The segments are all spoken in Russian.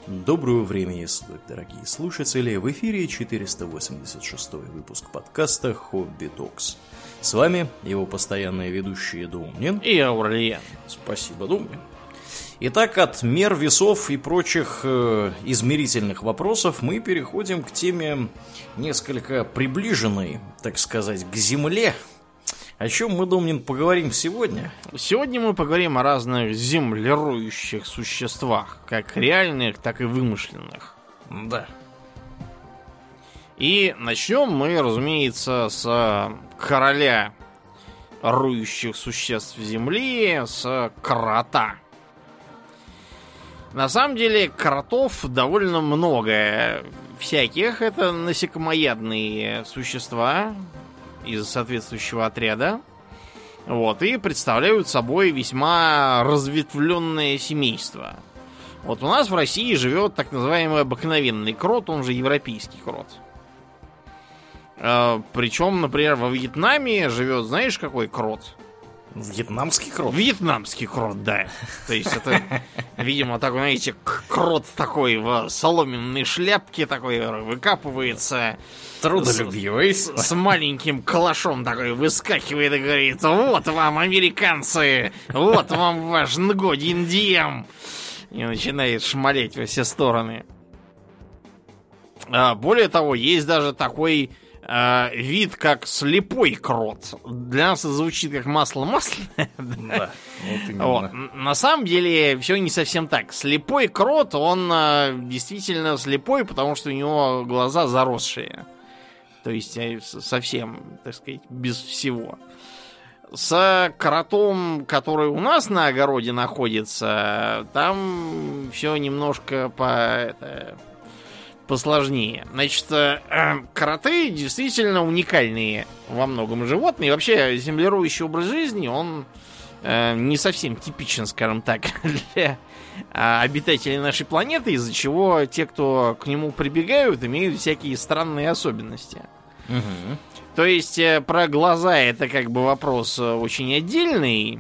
Доброго времени суток, дорогие слушатели! В эфире 486 выпуск подкаста «Хобби Токс». С вами его постоянные ведущие Домнин и Аурлиен. Спасибо, Домнин. Итак, от мер, весов и прочих измерительных вопросов мы переходим к теме несколько приближенной, так сказать, к Земле. О чем мы, Домнин, поговорим сегодня? Сегодня мы поговорим о разных землероющих существах, как реальных, так и вымышленных. Да. И начнем мы, разумеется, с короля роющих существ Земли, с крота. На самом деле, кротов довольно много всяких. Это насекомоядные существа из соответствующего отряда. Вот, и представляют собой весьма разветвленное семейство. Вот у нас в России живет так называемый обыкновенный крот, он же европейский крот. Причем, например, во Вьетнаме живет, знаешь, какой крот? Вьетнамский крот? Вьетнамский крот, да. То есть это, видимо, такой, знаете, крот такой в соломенной шляпке такой выкапывается. Трудолюбивый. С маленьким калашом такой выскакивает и говорит: вот вам, американцы, вот вам ваш Нгодин Дием. И начинает шмалеть во все стороны. Более того, есть даже такой вид, как слепой крот. Для нас это звучит как масло масляное. Да, вот именно. Вот. На самом деле все не совсем так. Слепой крот, он действительно слепой, потому что у него глаза заросшие. То есть совсем, так сказать, без всего. С кротом, который у нас на огороде находится, там все немножко посложнее. Значит, кроты действительно уникальные во многом животные. И вообще, землероющий образ жизни, он не совсем типичен, скажем так, для обитателей нашей планеты, из-за чего те, кто к нему прибегают, имеют всякие странные особенности. Угу. То есть, про глаза это как бы вопрос очень отдельный.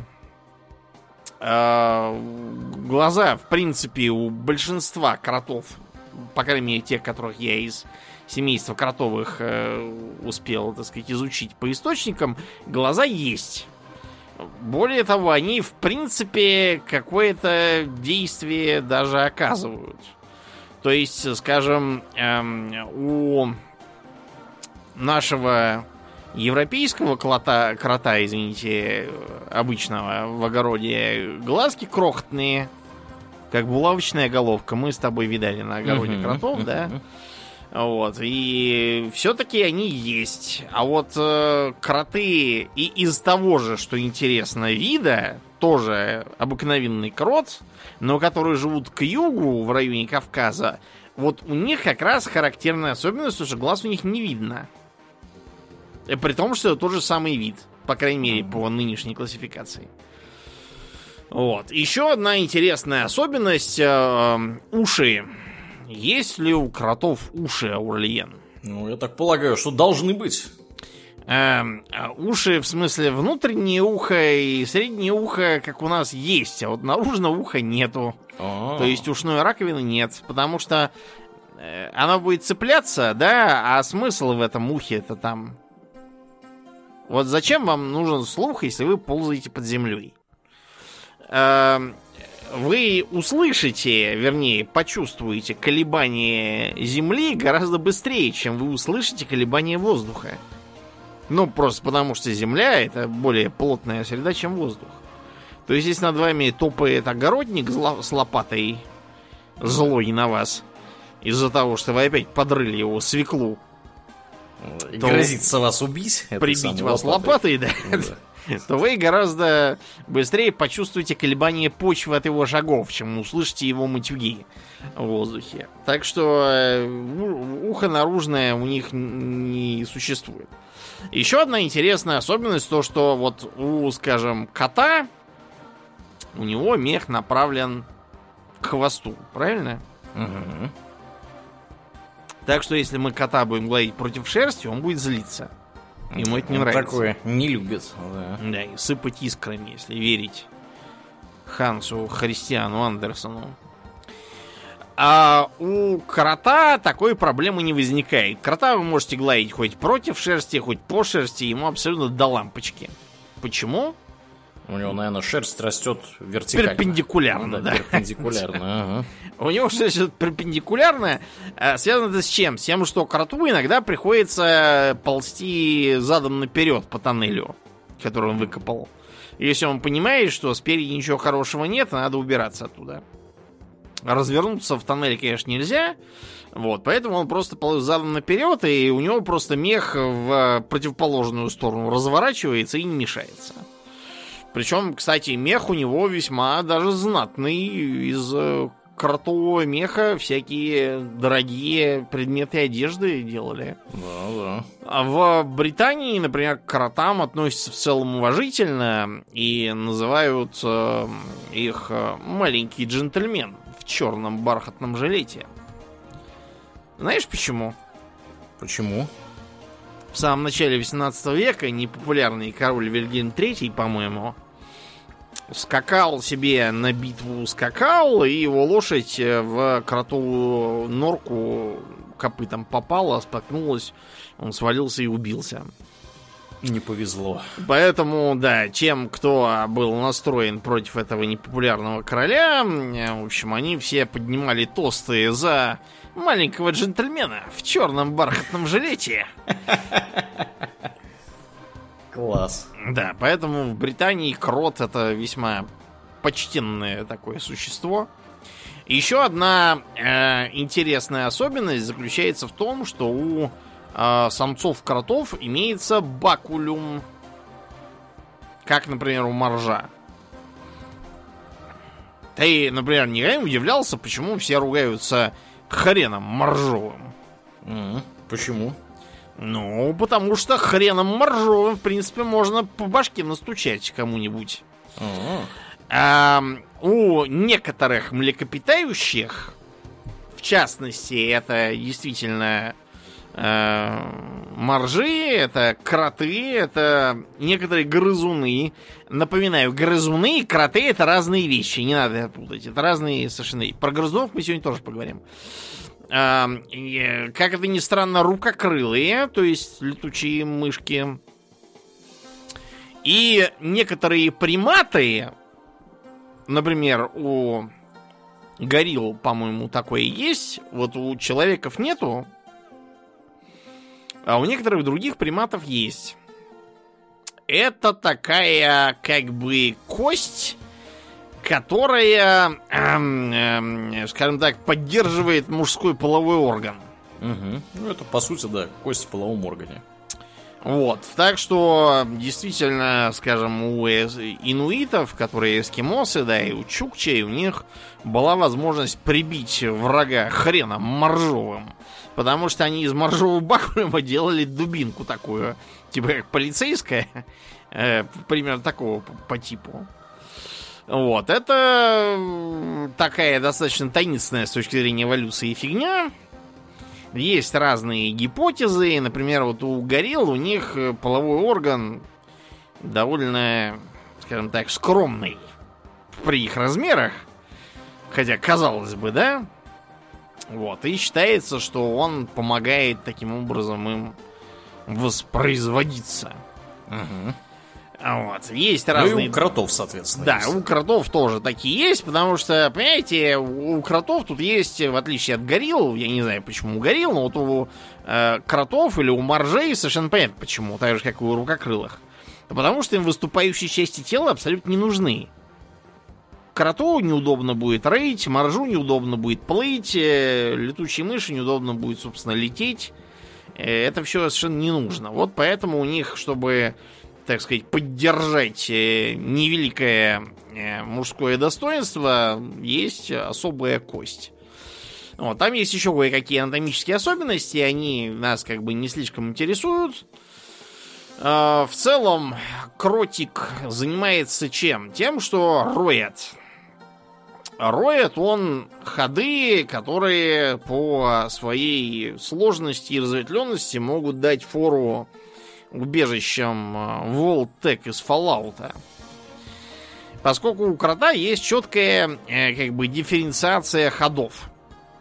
Глаза, в принципе, у большинства кротов, по крайней мере, тех, которых я из семейства кротовых успел, так сказать, изучить по источникам, глаза есть. Более того, они, в принципе, какое-то действие даже оказывают. То есть, скажем, у нашего европейского крота, извините, обычного в огороде, глазки крохотные, как булавочная головка. Мы с тобой видали на огороде кротов, да? Вот, и все-таки они есть. А вот кроты и из того же, что интересно, вида, тоже обыкновенный крот, но которые живут к югу, в районе Кавказа, вот у них как раз характерная особенность, что глаз у них не видно. При том, что это тот же самый вид, по крайней мере, по нынешней классификации. Вот. Еще одна интересная особенность уши. Есть ли у кротов уши, Аурлиен? Ну, я так полагаю, что должны быть. Уши, в смысле, внутреннее ухо и среднее ухо, как у нас, есть, а вот наружного уха нету. То есть ушной раковины нет, потому что оно будет цепляться, да, а смысл в этом ухе-то там... Вот зачем вам нужен слух, если вы ползаете под землей? Вы услышите, вернее, почувствуете колебания Земли гораздо быстрее, чем вы услышите колебания воздуха. Ну, просто потому что Земля — это более плотная среда, чем воздух. То есть, если над вами топает огородник с лопатой, злой на вас, из-за того, что вы опять подрыли его свеклу, и грозится вас убить, прибить вас лопатой, да, то вы гораздо быстрее почувствуете колебания почвы от его шагов, чем услышите его матюги в воздухе. Так что ухо наружное у них не существует. Еще одна интересная особенность, то что вот у, скажем, кота, у него мех направлен к хвосту, правильно? Угу. Так что если мы кота будем гладить против шерсти, он будет злиться. Ему это не нравится. Такое не любит. Да, и сыпать искрами, если верить Хансу Христиану Андерсону. А у крота такой проблемы не возникает. Крота вы можете гладить хоть против шерсти, хоть по шерсти, ему абсолютно до лампочки. Почему? У него, наверное, шерсть растет вертикально. Перпендикулярно, да. Перпендикулярно, ага. У него шерсть перпендикулярно. Связано это с чем? С тем, что кроту иногда приходится ползти задом наперед по тоннелю, который он выкопал. Если он понимает, что спереди ничего хорошего нет, надо убираться оттуда. Развернуться в тоннель, конечно, нельзя. Вот, поэтому он просто ползет задом наперед, и у него просто мех в противоположную сторону разворачивается и не мешается. Причем, кстати, мех у него весьма даже знатный. Из кротового меха всякие дорогие предметы одежды делали. Да. А в Британии, например, к кротам относятся в целом уважительно и называют их маленький джентльмен в черном бархатном жилете. Знаешь почему? Почему? В самом начале 18 века непопулярный король Вильгельм III, по-моему, скакал себе на битву, и его лошадь в кротовую норку копытом попала, споткнулась, он свалился и убился. Не повезло. Поэтому, да, тем, кто был настроен против этого непопулярного короля, в общем, они все поднимали тосты за маленького джентльмена в черном бархатном жилете. Класс. Да, поэтому в Британии крот — это весьма почтенное такое существо. Еще одна интересная особенность заключается в том, что у самцов кротов имеется бакулюм. Как, например, у моржа. Ты, например, никогда не удивлялся, почему все ругаются хреном моржовым? Почему? Ну, потому что хреном моржовым, в принципе, можно по башке настучать кому-нибудь. У некоторых млекопитающих, в частности, это действительно моржи, это кроты, это некоторые грызуны. Напоминаю, грызуны и кроты — это разные вещи, не надо это путать. Это разные совершенно. Про грызунов мы сегодня тоже поговорим. Как это ни странно, рукокрылые, то есть летучие мышки. И некоторые приматы, например, у горилл, по-моему, такое есть. Вот у человеков нету, а у некоторых других приматов есть. Это такая, как бы, кость, которая, скажем так, поддерживает мужской половой орган. Ну, это, по сути, да, кость в половом органе. Вот, так что, действительно, скажем, у инуитов, которые эскимосы, да, и у чукчей, у них была возможность прибить врага хреном моржовым. Потому что они из моржового бакулюма делали дубинку такую, типа как полицейская, примерно такого по типу. Вот, это такая достаточно таинственная с точки зрения эволюции фигня. Есть разные гипотезы. Например, вот у горилл у них половой орган довольно, скажем так, скромный при их размерах. Хотя, казалось бы, да? Вот, и считается, что он помогает таким образом им воспроизводиться. Вот. Есть разные... Ну и у кротов, соответственно. Да, есть. у кротов тоже такие есть, потому что, понимаете, у кротов тут есть, в отличие от горилл, я не знаю, почему у горилл, но вот у кротов или у моржей совершенно понятно почему, так же, как и у рукокрылых. Потому что им выступающие части тела абсолютно не нужны. Кроту неудобно будет рыть, моржу неудобно будет плыть, летучей мыши неудобно будет, собственно, лететь. Это все совершенно не нужно. Вот поэтому у них, чтобы, так сказать, поддержать невеликое мужское достоинство, есть особая кость. Вот, там есть еще кое-какие анатомические особенности, они нас как бы не слишком интересуют. В целом, кротик занимается чем? Тем, что роет. Роет он ходы, которые по своей сложности и разветвленности могут дать фору убежищам Vault-Tec из Fallout. Поскольку у крота есть четкая как бы дифференциация ходов.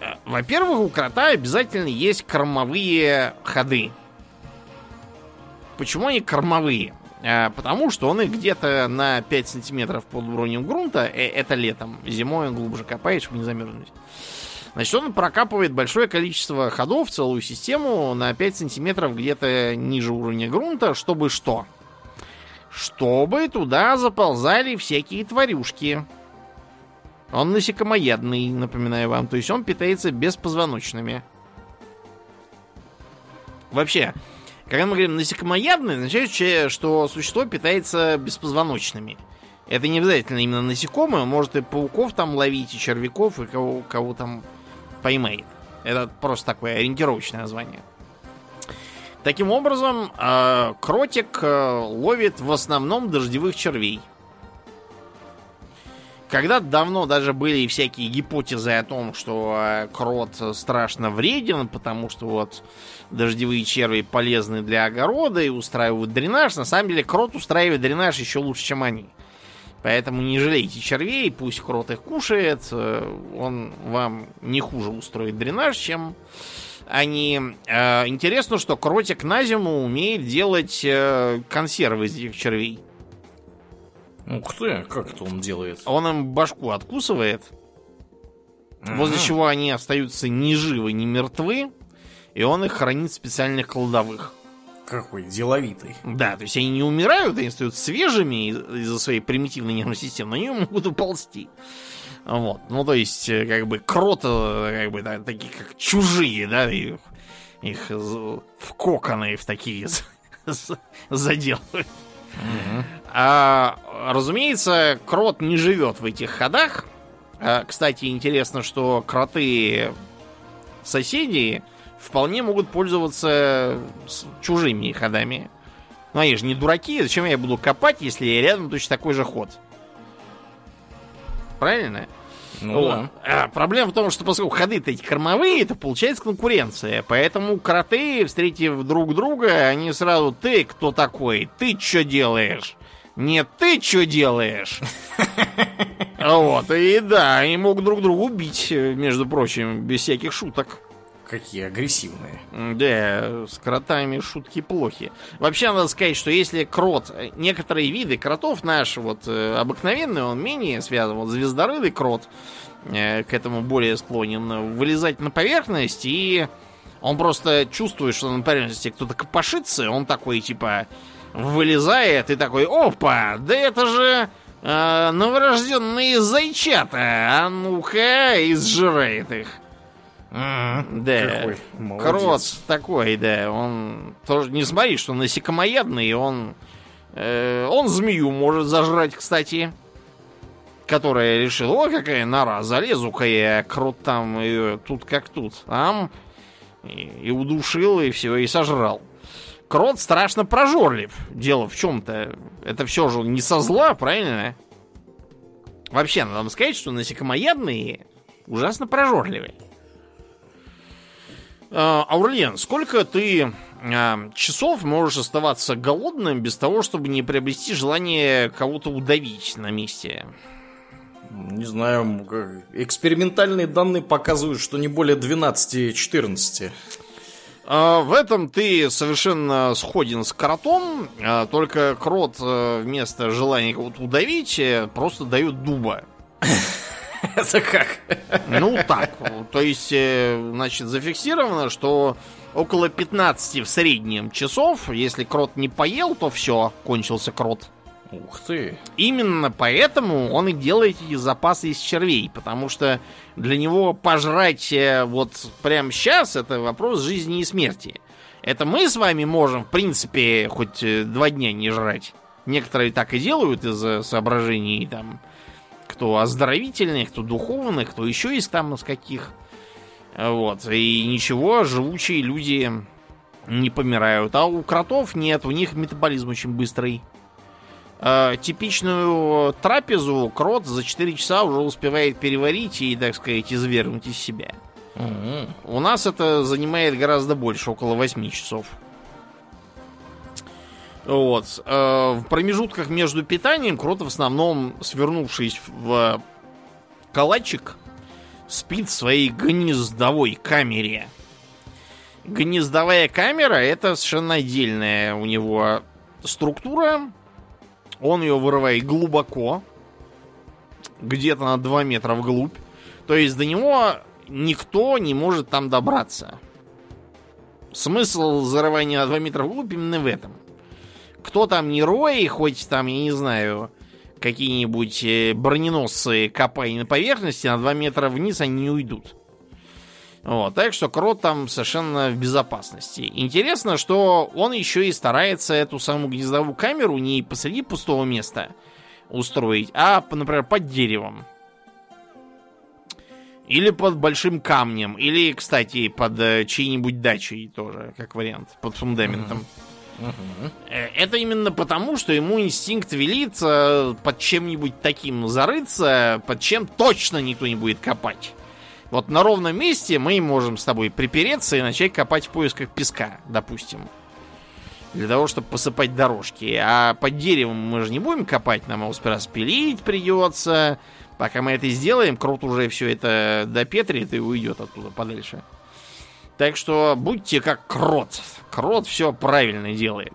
Во-первых, у крота обязательно есть кормовые ходы. Почему они кормовые? Потому что он их где-то на 5 сантиметров под уровнем грунта, это летом, зимой он глубже копает, чтобы не замерзнуть. Значит, он прокапывает большое количество ходов, целую систему на 5 сантиметров где-то ниже уровня грунта, чтобы что? Чтобы туда заползали всякие тварюшки. Он насекомоядный, напоминаю вам, то есть он питается беспозвоночными. Вообще, когда мы говорим насекомоядный, означает, что существо питается беспозвоночными. Это не обязательно именно насекомые, он может и пауков там ловить, и червяков, и кого там поймает. Это просто такое ориентировочное название. Таким образом, кротик ловит в основном дождевых червей. Когда-то давно даже были всякие гипотезы о том, что крот страшно вреден, потому что вот дождевые черви полезны для огорода и устраивают дренаж. На самом деле крот устраивает дренаж еще лучше, чем они. Поэтому не жалейте червей, пусть крот их кушает. Он вам не хуже устроит дренаж, чем они. Интересно, что кротик на зиму умеет делать консервы из этих червей. Ух ты, как это он делает? Он им башку откусывает, возле чего они остаются ни живы, ни мертвы, и он их хранит в специальных кладовых. Какой деловитый. Да, то есть они не умирают, они остаются свежими из-за своей примитивной нервной системы, но они могут уползти. Вот. Ну, то есть, как бы, кроты, как бы, да, такие, как чужие, да, их в коконы в такие заделывают. Разумеется, крот не живет в этих ходах. Кстати, интересно, что кроты-соседи вполне могут пользоваться чужими ходами. Ну, они же не дураки, зачем я буду копать, если рядом точно такой же ход? Правильно? Ну, вот. Проблема в том, что поскольку ходы-то эти кормовые, это получается конкуренция. Поэтому кроты, встретив друг друга, они сразу: ты кто такой? Ты что делаешь? Нет, ты что делаешь? Вот, и да, они могут друг друга убить, между прочим, без всяких шуток. Какие агрессивные. Да, с кротами шутки плохи. Вообще, надо сказать, что если крот, некоторые виды кротов наш, вот, обыкновенный, он менее связан, вот, звездорылый крот к этому более склонен вылезать на поверхность, и он просто чувствует, что на поверхности кто-то копошится, он такой, типа, вылезает и такой: опа, да это же новорожденные зайчата, а ну-ка, и сжирает их. Да, крот такой, да, он тоже, не смотри, что насекомоядный, он змею может зажрать, кстати, которая решила: о, какая нора, залезу-ка я, крот там, и тут как тут, и удушил, и все, и сожрал. Крот страшно прожорлив, дело в чем-то, это все же не со зла, правильно? Вообще, надо сказать, что насекомоядные ужасно прожорливые. Аурлиен, сколько ты часов можешь оставаться голодным без того, чтобы не приобрести желание кого-то удавить на месте? Не знаю, экспериментальные данные показывают, что не более 12-14. В этом ты совершенно сходен с кротом, только крот вместо желания кого-то удавить просто дает дуба. Это как? Ну, так. То есть, значит, зафиксировано, что около 15 в среднем часов, если крот не поел, то все, кончился крот. Ух ты. Именно поэтому он и делает эти запасы из червей, потому что для него пожрать вот прямо сейчас — это вопрос жизни и смерти. Это мы с вами можем, в принципе, хоть 2 дня не жрать. Некоторые так и делают из-за соображений там, кто оздоровительных, кто духовных, кто еще из там из каких. Вот. И ничего, живучие люди не помирают. А у кротов нет, у них метаболизм очень быстрый. Типичную трапезу крот за 4 часа уже успевает переварить и, так сказать, извергнуть из себя. У нас это занимает гораздо больше, около 8 часов. Вот. В промежутках между питанием крот в основном, свернувшись в калачик, спит в своей гнездовой камере. Гнездовая камера — это совершенно отдельная у него структура. Он ее вырывает глубоко, где-то на 2 метра вглубь. То есть до него никто не может там добраться. Смысл зарывания на 2 метра вглубь именно в этом. Кто там не рой, хоть там, я не знаю, какие-нибудь броненосцы копай на поверхности, на 2 метра вниз они не уйдут. Вот, так что крот там совершенно в безопасности. Интересно, что он еще и старается эту самую гнездовую камеру не посреди пустого места устроить, а, например, под деревом. Или под большим камнем. Или, кстати, под чьей-нибудь дачей тоже, как вариант, под фундаментом. Это именно потому, что ему инстинкт велит под чем-нибудь таким зарыться, под чем точно никто не будет копать. Вот на ровном месте мы можем с тобой припереться и начать копать в поисках песка, допустим. Для того, чтобы посыпать дорожки. А под деревом мы же не будем копать, нам его сперва спилить придется. Пока мы это сделаем, крот уже все это допетрит и уйдет оттуда подальше. Так что будьте как крот. Крот все правильно делает.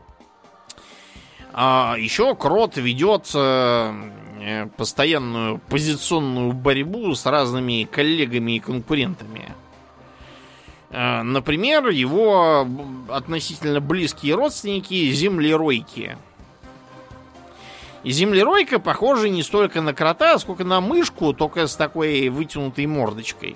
А еще крот ведет постоянную позиционную борьбу с разными коллегами и конкурентами. Например, его относительно близкие родственники — землеройки. И землеройка похожа не столько на крота, сколько на мышку, только с такой вытянутой мордочкой.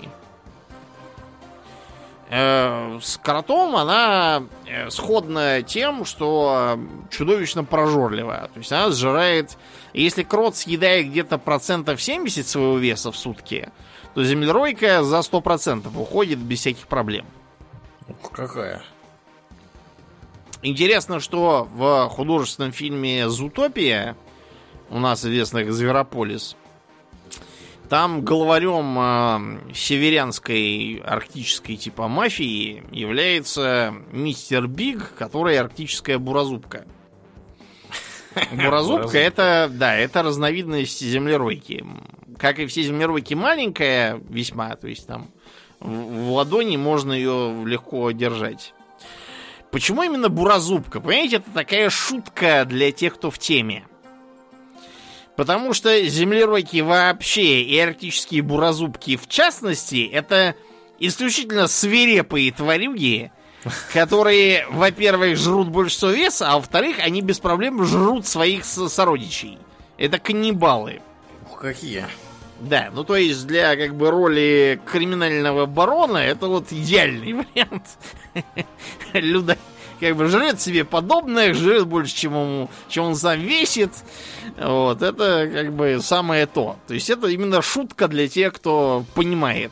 С кротом она сходна тем, что чудовищно прожорлива. То есть она сжирает... Если крот съедает где-то 70% своего веса в сутки, то землеройка за 100% уходит без всяких проблем. Ух, какая. Интересно, что в художественном фильме «Зутопия», у нас известный как «Зверополис», там главарем северянской арктической типа мафии является мистер Биг, который арктическая буразубка. Буразубка — это, да, это разновидность землеройки. Как и все землеройки, маленькая весьма, то есть там в ладони можно ее легко держать. Почему именно буразубка? Понимаете, это такая шутка для тех, кто в теме. Потому что землеройки вообще и арктические буразубки в частности — это исключительно свирепые тварюги, которые, во-первых, жрут больше всего веса, а во-вторых, они без проблем жрут своих сородичей. Это каннибалы. Ух, какие. Да, ну то есть для как бы роли криминального барона это вот идеальный вариант. Люда как бы жрет себе подобное, жрет больше, чем он сам весит. Вот, это как бы самое то. То есть это именно шутка для тех, кто понимает.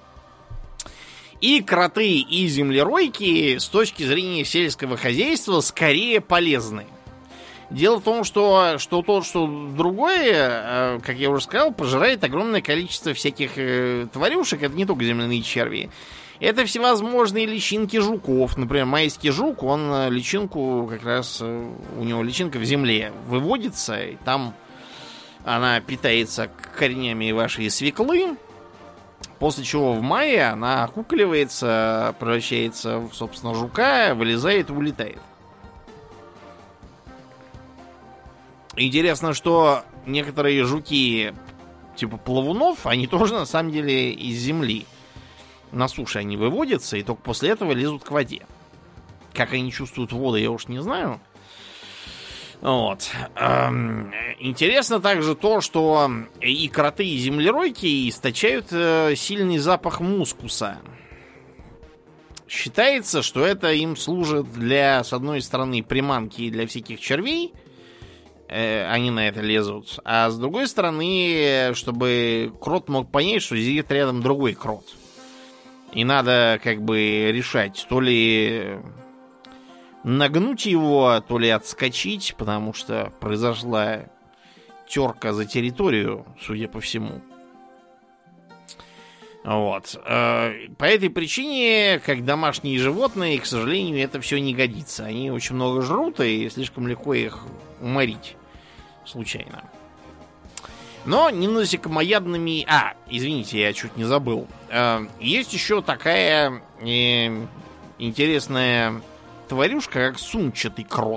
И кроты, и землеройки с точки зрения сельского хозяйства скорее полезны. Дело в том, что то, что другое, как я уже сказал, пожирает огромное количество всяких тварюшек. Это не только земляные черви. Это всевозможные личинки жуков. Например, майский жук, он личинку как раз... У него личинка в земле выводится, и там она питается коренями вашей свеклы. После чего в мае она окукливается, превращается в, собственно, жука, вылезает и улетает. Интересно, что некоторые жуки типа плавунов, они тоже на самом деле из земли. На суше они выводятся и только после этого лезут к воде. Как они чувствуют воду, я уж не знаю. Вот. Интересно также то, что и кроты, и землеройки источают сильный запах мускуса. Считается, что это им служит для, с одной стороны, приманки для всяких червей. Они на это лезут. А с другой стороны, чтобы крот мог понять, что здесь рядом другой крот. И надо как бы решать, то ли нагнуть его, то ли отскочить, потому что произошла терка за территорию, судя по всему. Вот. По этой причине, как домашние животные, к сожалению, это все не годится. Они очень много жрут, и слишком легко их уморить случайно. Но не насекомоядными... извините, я чуть не забыл. Есть еще такая интересная тварюшка, как сумчатый крот.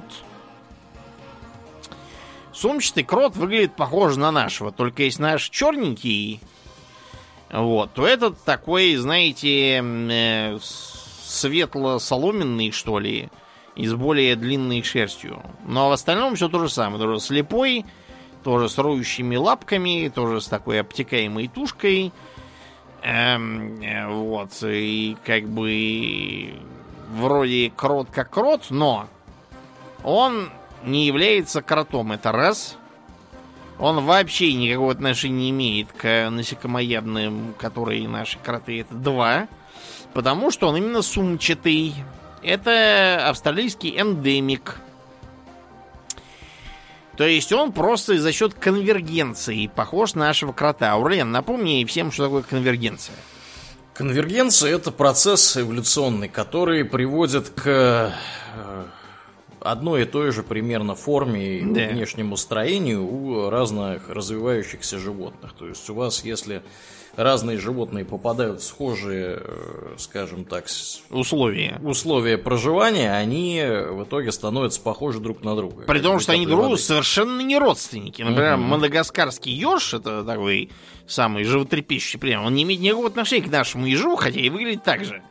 Сумчатый крот выглядит похоже на нашего, только если наш черненький, вот, то этот такой, знаете, светло-соломенный, что ли, и с более длинной шерстью. Но в остальном все то же самое. Тоже слепой, тоже с роющими лапками, тоже с такой обтекаемой тушкой. Вот, и как бы вроде крот как крот, но он не является кротом, это раз. Он вообще никакого отношения не имеет к насекомоядным, которые наши кроты, это два. Потому что он именно сумчатый. Это австралийский эндемик. То есть он просто за счет конвергенции похож на нашего крота. Аурлиен, напомни всем, что такое конвергенция. Конвергенция — это процесс эволюционный, который приводит к одной и той же примерно форме и внешнему строению у разных развивающихся животных. То есть у вас, если разные животные попадают в схожие, скажем так, условия проживания, они в итоге становятся похожи друг на друга. При том, что они друг другу совершенно не родственники. Например, мадагаскарский еж, это такой самый животрепещущий пример, он не имеет никакого отношения к нашему ежу, хотя и выглядит так же.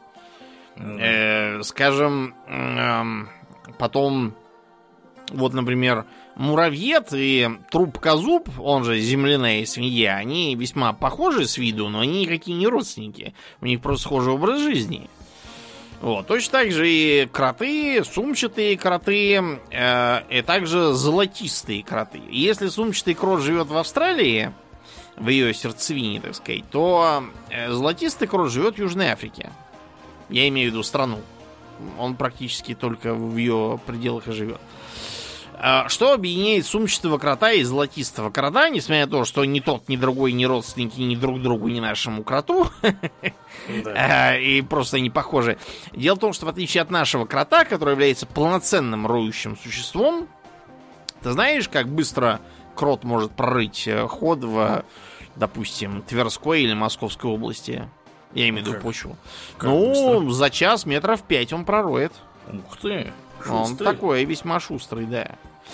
Скажем, потом, вот, например, муравьед и трубкозуб, он же земляная свинья, они весьма похожи с виду, но они никакие не родственники. У них просто схожий образ жизни. Вот, точно так же и кроты, сумчатые кроты, и также золотистые кроты. Если сумчатый крот живет в Австралии, в ее сердцевине, так сказать, то золотистый крот живет в Южной Африке. Я имею в виду страну. Он практически только в ее пределах и живет. Что объединяет сумчатого крота и золотистого крота, несмотря на то, что ни тот, ни другой, ни родственники, ни друг другу, ни нашему кроту, и просто они похожи. Дело в том, что в отличие от нашего крота, который является полноценным роющим существом, ты знаешь, как быстро крот может прорыть ход в, допустим, Тверской или Московской области? Я имею в виду почву. Ну, за час 5 метров он пророет. Ух ты! Он такой весьма шустрый, да.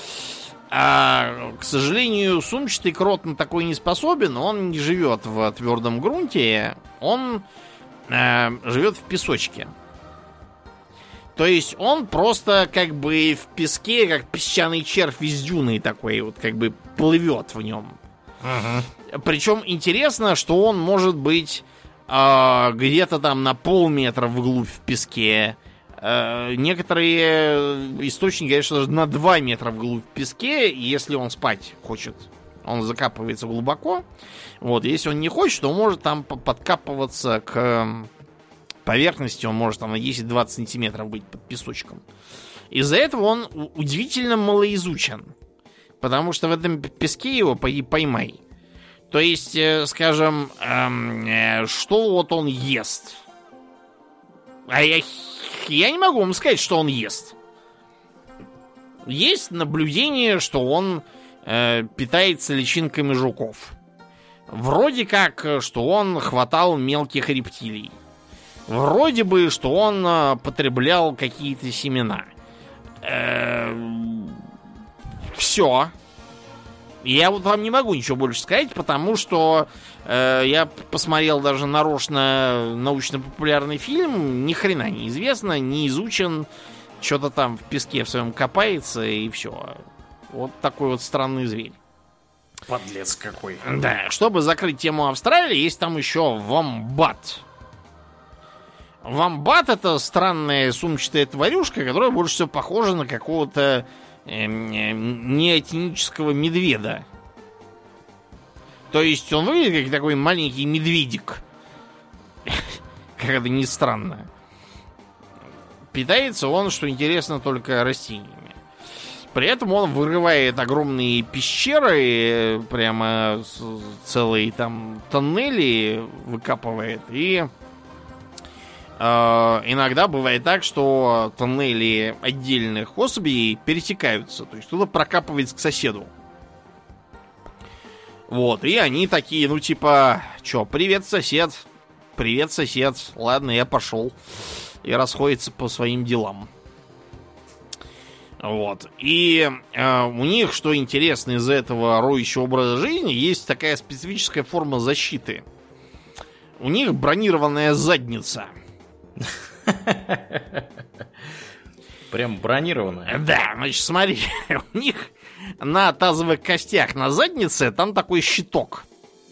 К сожалению, сумчатый крот на такой не способен. Он не живет в твердом грунте. Он живет в песочке. То есть он просто как бы в песке, как песчаный червь из дюны такой, вот как бы плывет в нем. Причем интересно, что он может быть где-то там на полметра вглубь в песке. Некоторые источники говорят, что даже на 2 метра вглубь в песке, если он спать хочет. Он закапывается глубоко. Вот, если он не хочет, то он может там подкапываться к поверхности, он может там на 10-20 сантиметров быть под песочком. Из-за этого он удивительно малоизучен. Потому что в этом песке его поймай. То есть, скажем, что вот он ест. А я не могу вам сказать, что он ест. Есть наблюдение, что он питается личинками жуков. Вроде как, что он хватал мелких рептилий. Вроде бы, что он потреблял какие-то семена. Все. Я вот вам не могу ничего больше сказать, потому что я посмотрел даже нарочно научно-популярный фильм, ни хрена не известно, не изучен, что-то там в песке в своем копается, и все. Вот такой вот странный зверь. Подлец какой. Да, чтобы закрыть тему Австралии, есть там еще вомбат. Вомбат — это странная сумчатая тварюшка, которая больше всего похожа на какого-то неэтнического медведа. То есть он выглядит как такой маленький медведик. Как это ни странно. Питается он, что интересно, только растениями. При этом он вырывает огромные пещеры, прямо целые там тоннели выкапывает. И иногда бывает так, что тоннели отдельных особей пересекаются. То есть кто-то прокапывается к соседу. Вот, и они такие, ну типа, чё, привет, сосед, ладно, я пошел. И расходятся по своим делам. Вот. И у них, что интересно, из-за этого роющего образа жизни, есть такая специфическая форма защиты. У них бронированная задница. Прям бронированная? Да, значит, смотри, у них на тазовых костях на заднице там такой щиток.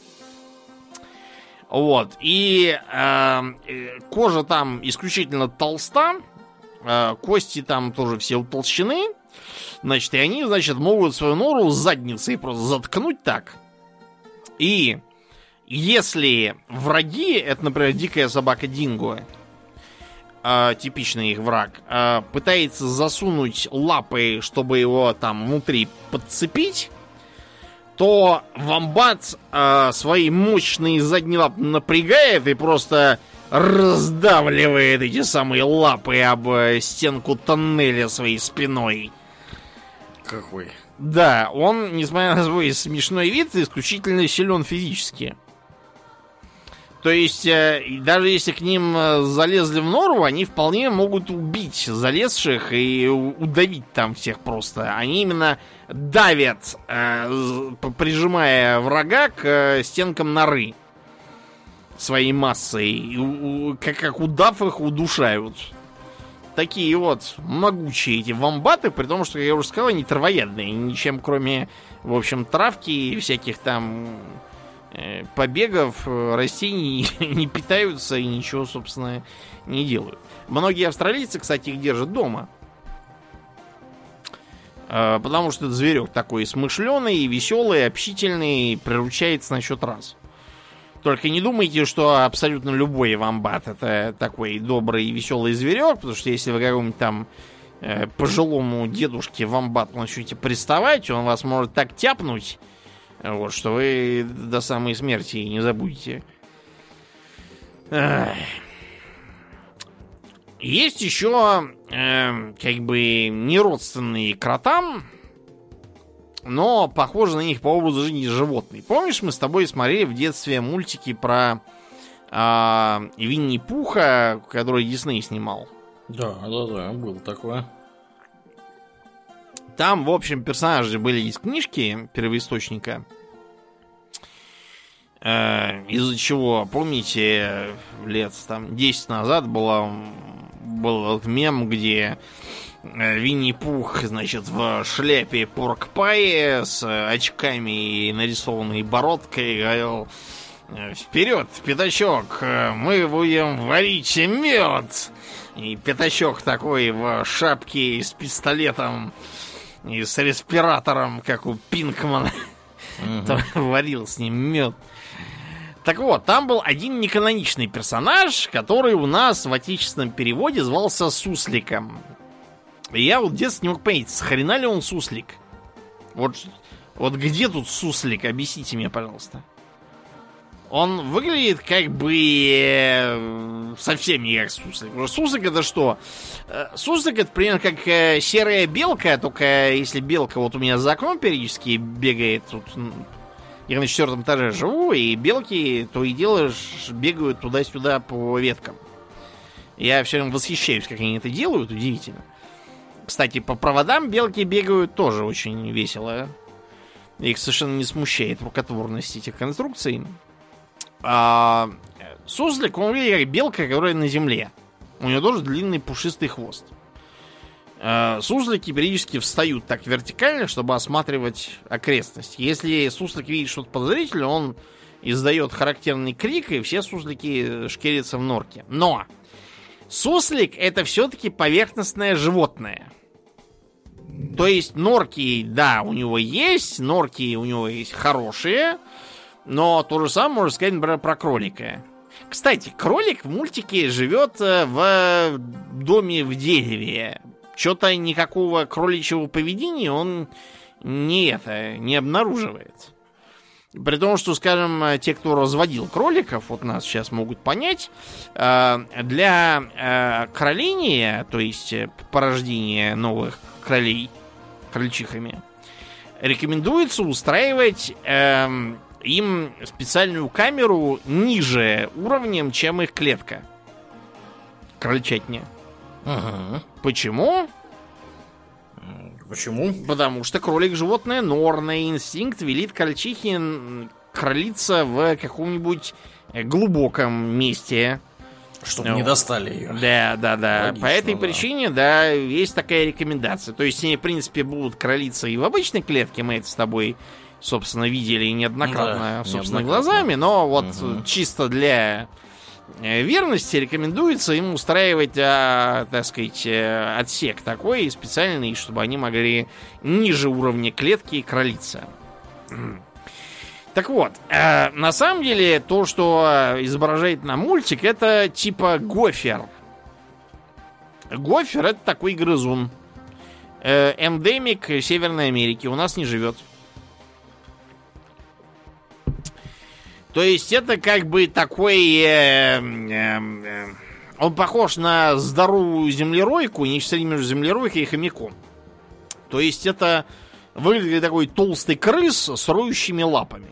Вот. И кожа там исключительно толста, кости там тоже все утолщены. Значит, и они, значит, могут свою нору с задницей просто заткнуть так. И если враги, это, например, дикая собака Динго, типичный их враг, пытается засунуть лапы, чтобы его там внутри подцепить, то вомбат свои мощные задние лапы напрягает и просто раздавливает эти самые лапы об стенку тоннеля своей спиной. Какой? Да, он, несмотря на свой смешной вид, исключительно силен физически. То есть, даже если к ним залезли в нору, они вполне могут убить залезших и удавить там всех просто. Они именно давят, прижимая врага к стенкам норы своей массой. Как удав их, удушают. Такие вот могучие эти вомбаты, при том, что, я уже сказал, они травоядные. Ничем, кроме, в общем, травки и всяких там побегов, растений не питаются и ничего, собственно, не делают. Многие австралийцы, кстати, их держат дома. Потому что этот зверек такой смышленый, веселый, общительный, приручается на счет раз. Только не думайте, что абсолютно любой вомбат это такой добрый и веселый зверек, потому что если вы какому-нибудь там пожилому дедушке вомбату начнете приставать, он вас может так тяпнуть, вот, что вы до самой смерти не забудете. Есть еще как бы неродственные кротам, но похожи на них по образу жизни животные. Помнишь, мы с тобой смотрели в детстве мультики про Винни-Пуха, который Дисней снимал? Да, было такое. Там, в общем, персонажи были из книжки первоисточника. Из-за чего, помните, лет там 10 назад был мем, где Винни-Пух, значит, в шляпе порк-пае с очками и нарисованной бородкой говорил: «Вперед, пятачок, мы будем варить мед!» И пятачок такой в шапке с пистолетом и с респиратором, как у Пинкмана, варил с ним мед. Так вот, там был один неканоничный персонаж, который у нас в отечественном переводе звался Сусликом. И я вот в детстве не мог понять, с хрена ли он суслик? Вот где тут суслик? Объясните мне, пожалуйста. Он выглядит как бы совсем не как суслик. Суслик это что? Суслик это примерно как серая белка, только если белка вот у меня за окном периодически бегает. Тут я на 4-м этаже живу, и белки то и дело бегают туда-сюда по веткам. Я все время восхищаюсь, как они это делают, удивительно. Кстати, по проводам белки бегают тоже очень весело. Их совершенно не смущает рукотворность этих конструкций. Суслик, он выглядит как белка, которая на земле. У нее тоже длинный пушистый хвост. Суслики периодически встают так вертикально, чтобы осматривать окрестность. Если суслик видит что-то подозрительное, он издает характерный крик, и все суслики шкерятся в норке. Но суслик это все-таки поверхностное животное. То есть норки, да, у него есть, норки у него есть хорошие, но то же самое можно сказать, например, про кролика. Кстати, кролик в мультике живет в доме в дереве. Что-то никакого кроличьего поведения он не обнаруживает. При том, что, скажем, те, кто разводил кроликов, вот нас сейчас могут понять, для кроления, то есть порождения новых кролей крольчихами, рекомендуется устраивать им специальную камеру ниже уровнем, чем их клетка. Крольчатня. Ага. Почему? Почему? Потому что кролик животное норное, инстинкт велит крольчихе кролиться в каком-нибудь глубоком месте. Чтобы не достали ее. Да. Логично, По этой да. причине, да, есть такая рекомендация. То есть они, в принципе, будут кролиться и в обычной клетке. Мы это с тобой, собственно, видели неоднократно Да, собственными неоднократно. глазами. Но вот Мгм. чисто для верности рекомендуется им устраивать, так сказать, отсек такой специальный, чтобы они могли ниже уровня клетки кролиться. Так вот, на самом деле, то, что изображает на мультик, это типа гофер. Гофер — это такой грызун. Эндемик Северной Америки. У нас не живет. То есть это как бы такой... он похож на здоровую землеройку, нечто между землеройкой и хомяком. То есть это выглядит такой толстый крыс с роющими лапами.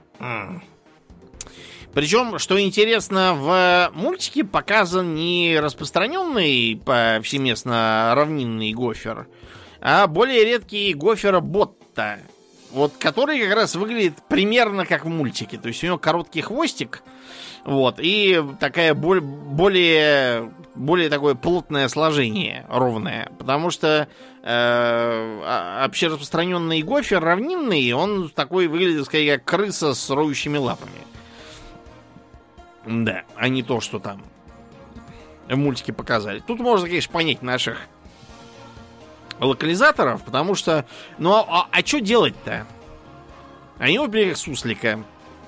Причем, что интересно, в мультике показан не распространенный повсеместно равнинный гофер, а более редкий гофер Ботта. Вот, который как раз выглядит примерно как в мультике. То есть у него короткий хвостик, вот, и такая более такое плотное сложение, ровное. Потому что общераспространенный гофер равнинный, он такой выглядит, скорее, как крыса с роющими лапами. Да, а не то, что там в мультике показали. Тут можно, конечно, понять наших локализаторов, потому что... Ну, а что делать-то? Они убили суслика.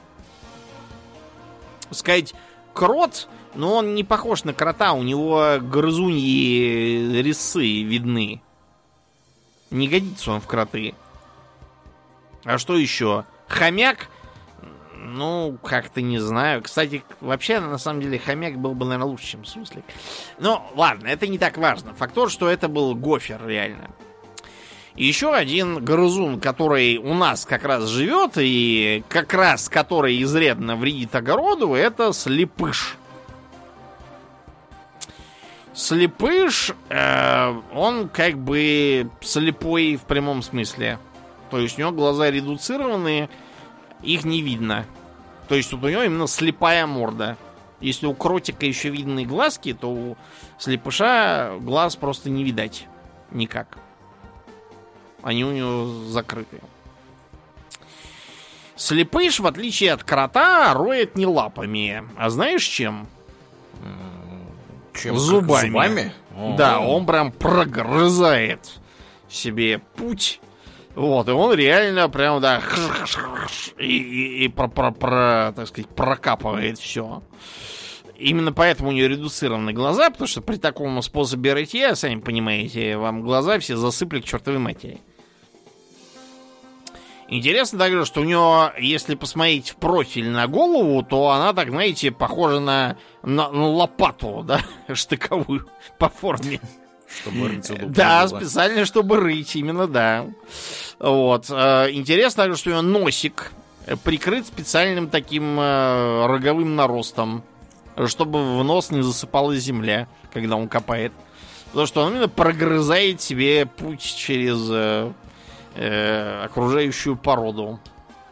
Сказать, крот, но он не похож на крота, у него грызуньи резцы видны. Не годится он в кроты. А что еще? Хомяк? Ну, как-то не знаю. Кстати, вообще, на самом деле, хомяк был бы, наверное, лучше, чем суслик. Но, ладно, это не так важно. Факт тот, что это был гофер, реально. И еще один грызун, который у нас как раз живет, и как раз который изрядно вредит огороду, это слепыш. Слепыш, он как бы слепой в прямом смысле. То есть у него глаза редуцированные, их не видно. То есть вот у него именно слепая морда. Если у кротика еще видны глазки, то у слепыша глаз просто не видать никак. Они у него закрыты. Слепыш, в отличие от крота, роет не лапами. А знаешь чем? Чем? Зубами. Зубами? Да, он прям прогрызает себе путь. Вот, и он реально прям, да, так сказать, прокапывает все. Именно поэтому у нее редуцированы глаза, потому что при таком способе рытья, сами понимаете, вам глаза все засыпли к чертовой матери. Интересно также, что у нее, если посмотреть в профиль на голову, то она, так знаете, похожа на лопату, да, штыковую по форме. Чтобы рыть удобно Да, было. специально, чтобы рыть, именно, да. Вот. Интересно также, что у нее носик прикрыт специальным таким роговым наростом, чтобы в нос не засыпалась земля, когда он копает. Потому что он именно прогрызает себе путь через окружающую породу.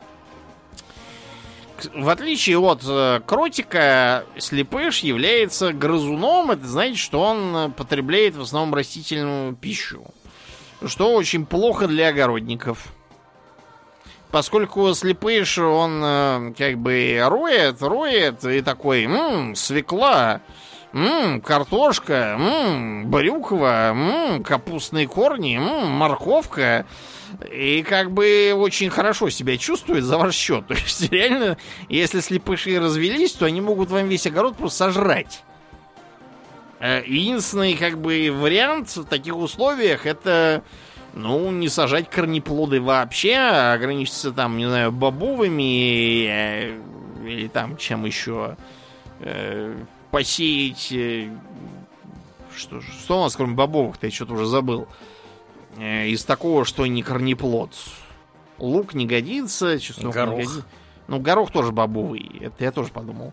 В отличие от кротика, слепыш является грызуном. Это значит, что он потребляет в основном растительную пищу. Что очень плохо для огородников. Поскольку слепыш, он как бы роет и такой, свекла, картошка, брюква, капустные корни, морковка. И как бы очень хорошо себя чувствует за ваш счет. То есть реально, если слепыши развелись, то они могут вам весь огород просто сожрать. Единственный как бы вариант в таких условиях это, ну, не сажать корнеплоды вообще, а ограничиться там, не знаю, бобовыми или там чем еще, посеять. Что у нас кроме бобовых-то, я что-то уже забыл. Из такого, что не корнеплод. Лук не годится, чеснок не Горох. годится. Ну, горох тоже бобовый. Это я тоже подумал.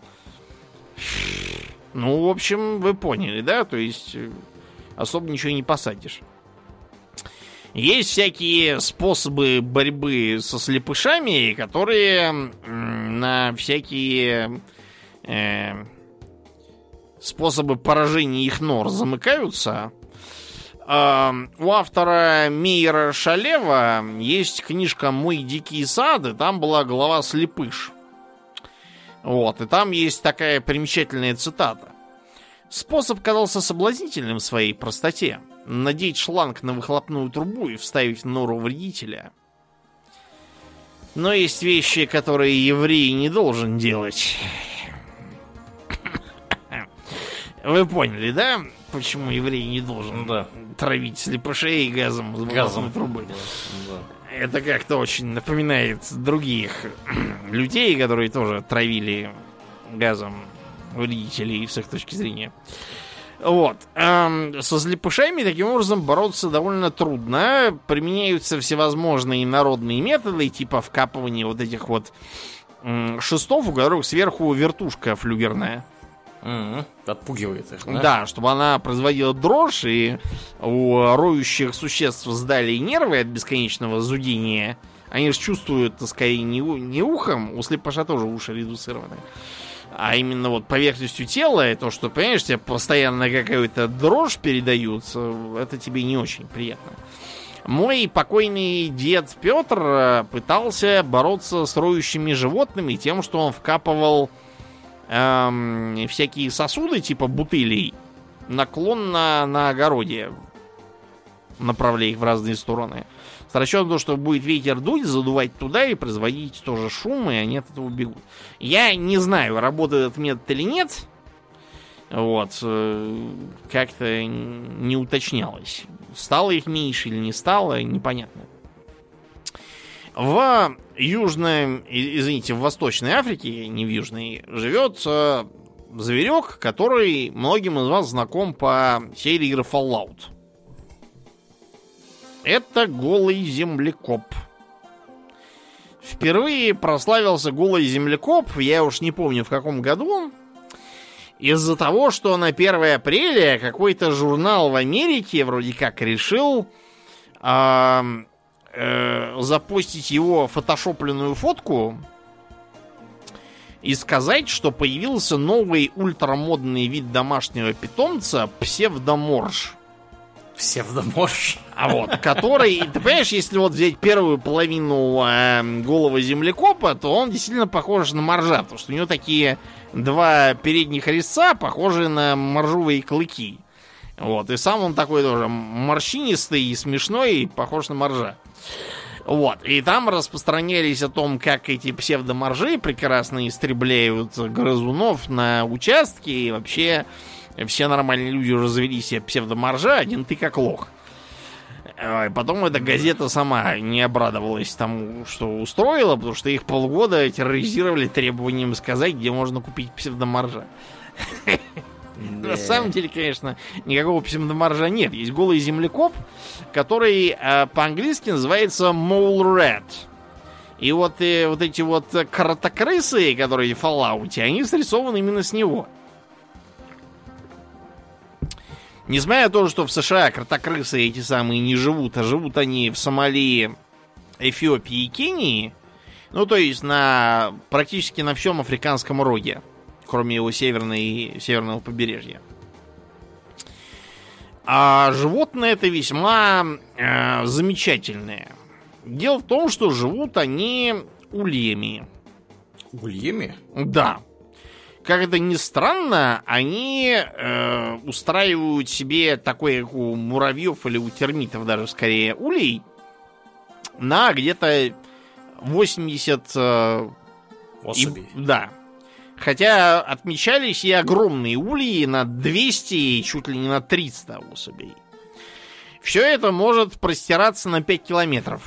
Ну, в общем, вы поняли, да? То есть, особо ничего не посадишь. Есть всякие способы борьбы со слепышами, которые на всякие способы поражения их нор замыкаются. У автора Мейера Шалева есть книжка «Мой дикий сад», и там была глава «Слепыш». Вот, и там есть такая примечательная цитата. «Способ казался соблазнительным в своей простоте. Надеть шланг на выхлопную трубу и вставить в нору вредителя. Но есть вещи, которые еврей не должен делать». Вы поняли, да? Почему еврей не должен травить слепышей газом с выхлопной трубы? Да. Это как-то очень напоминает других людей, которые тоже травили газом вредителей с их точки зрения. Вот. Со слепышами таким образом бороться довольно трудно. Применяются всевозможные народные методы, типа вкапывания вот этих вот шестов, у которых сверху вертушка флюгерная. Отпугивает их, да? Да, чтобы она производила дрожь, и у роющих существ сдали нервы от бесконечного зудения. Они же чувствуют, скорее, не ухом, у слепаша тоже уши редуцированы, а именно вот поверхностью тела, и то, что, понимаешь, тебе постоянно какую-то дрожь передают, это тебе не очень приятно. Мой покойный дед Петр пытался бороться с роющими животными тем, что он вкапывал всякие сосуды типа бутылей наклонно на огороде, направляя их в разные стороны, с расчетом на то, что будет ветер дуть, задувать туда и производить тоже шум, и они от этого бегут. Я не знаю, работает этот метод или нет. Вот. Как-то не уточнялось. Стало их меньше или не стало, непонятно. В Южной, извините, в Восточной Африке, не в Южной, живет зверек, который многим из вас знаком по серии игр Fallout. Это голый землекоп. Впервые прославился голый землекоп, я уж не помню в каком году, из-за того, что на 1 апреля какой-то журнал в Америке вроде как решил запостить его фотошопленную фотку и сказать, что появился новый ультрамодный вид домашнего питомца псевдоморж. Псевдоморж? А вот, который, ты понимаешь, если вот взять первую половину голого землекопа, то он действительно похож на моржа, потому что у него такие два передних резца, похожие на моржовые клыки. Вот, и сам он такой тоже морщинистый и смешной, и похож на моржа. Вот, и там распространялись о том, как эти псевдоморжи прекрасно истребляют грызунов на участке, и вообще все нормальные люди уже завели себе псевдоморжа, один ты как лох. Потом эта газета сама не обрадовалась тому, что устроила, потому что их полгода терроризировали требованием сказать, где можно купить псевдоморжа. На самом деле, конечно, никакого псевдоморжа нет. Есть голый землекоп, который по-английски называется mole rat. И вот эти вот кротокрысы, которые в Fallout, они срисованы именно с него. Несмотря на то, что в США кротокрысы эти самые не живут, а живут они в Сомали, Эфиопии и Кении, ну, то есть практически на всем африканском роге, кроме его северного побережья. А животные это весьма замечательные. Дело в том, что живут они ульями. Ульями? Да. Как это ни странно, они устраивают себе такой, как у муравьев или у термитов даже скорее, улей на где-то 80 особей. Да. Хотя отмечались и огромные ульи на 200 и чуть ли не на 300 особей. Все это может простираться на 5 километров.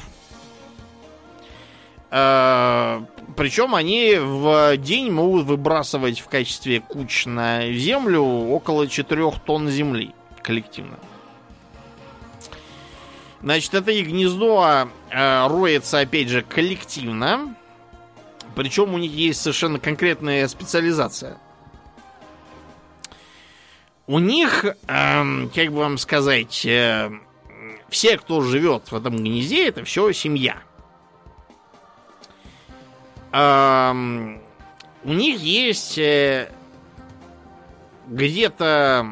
Причем они в день могут выбрасывать в качестве куч на землю около 4 тонн земли коллективно. Значит, это их гнездо роется, опять же, коллективно. Причем у них есть совершенно конкретная специализация. У них, как бы вам сказать, все, кто живет в этом гнезде, это все семья. У них есть где-то...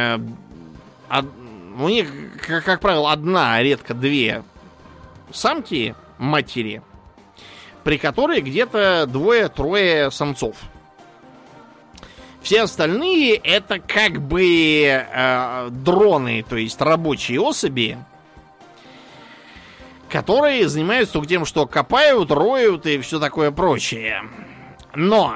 у них, как правило, одна, редко две самки, матери, при которой где-то 2-3 самцов. Все остальные это как бы дроны, то есть рабочие особи, которые занимаются только тем, что копают, роют и все такое прочее. Но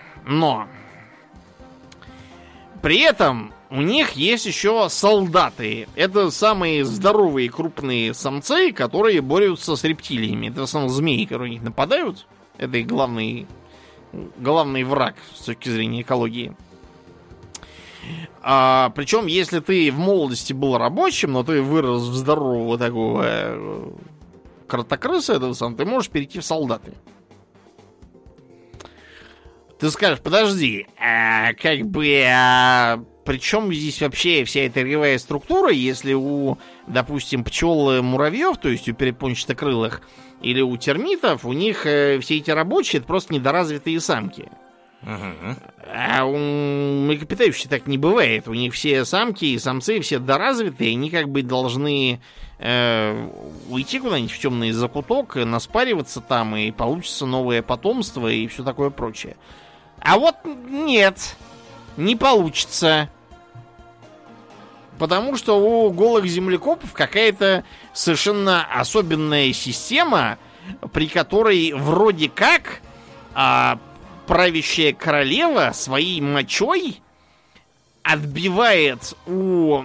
при этом у них есть еще солдаты. Это самые здоровые крупные самцы, которые борются с рептилиями. Это в основном змеи, которые на них нападают. Это их главный враг с точки зрения экологии. Причем, если ты в молодости был рабочим, но ты вырос в здорового такого кротокрыса, ты можешь перейти в солдаты. Ты скажешь, подожди, при чем здесь вообще вся эта ревая структура, если у, допустим, пчел и муравьев, то есть у перепончатокрылых, или у термитов, у них все эти рабочие это просто недоразвитые самки. А у млекопитающих так не бывает. У них все самки и самцы все доразвитые, они как бы должны уйти куда-нибудь в темный закуток, наспариваться там, и получится новое потомство и все такое прочее. А вот нет, не получится. Потому что у голых землекопов какая-то совершенно особенная система, при которой вроде как правящая королева своей мочой отбивает у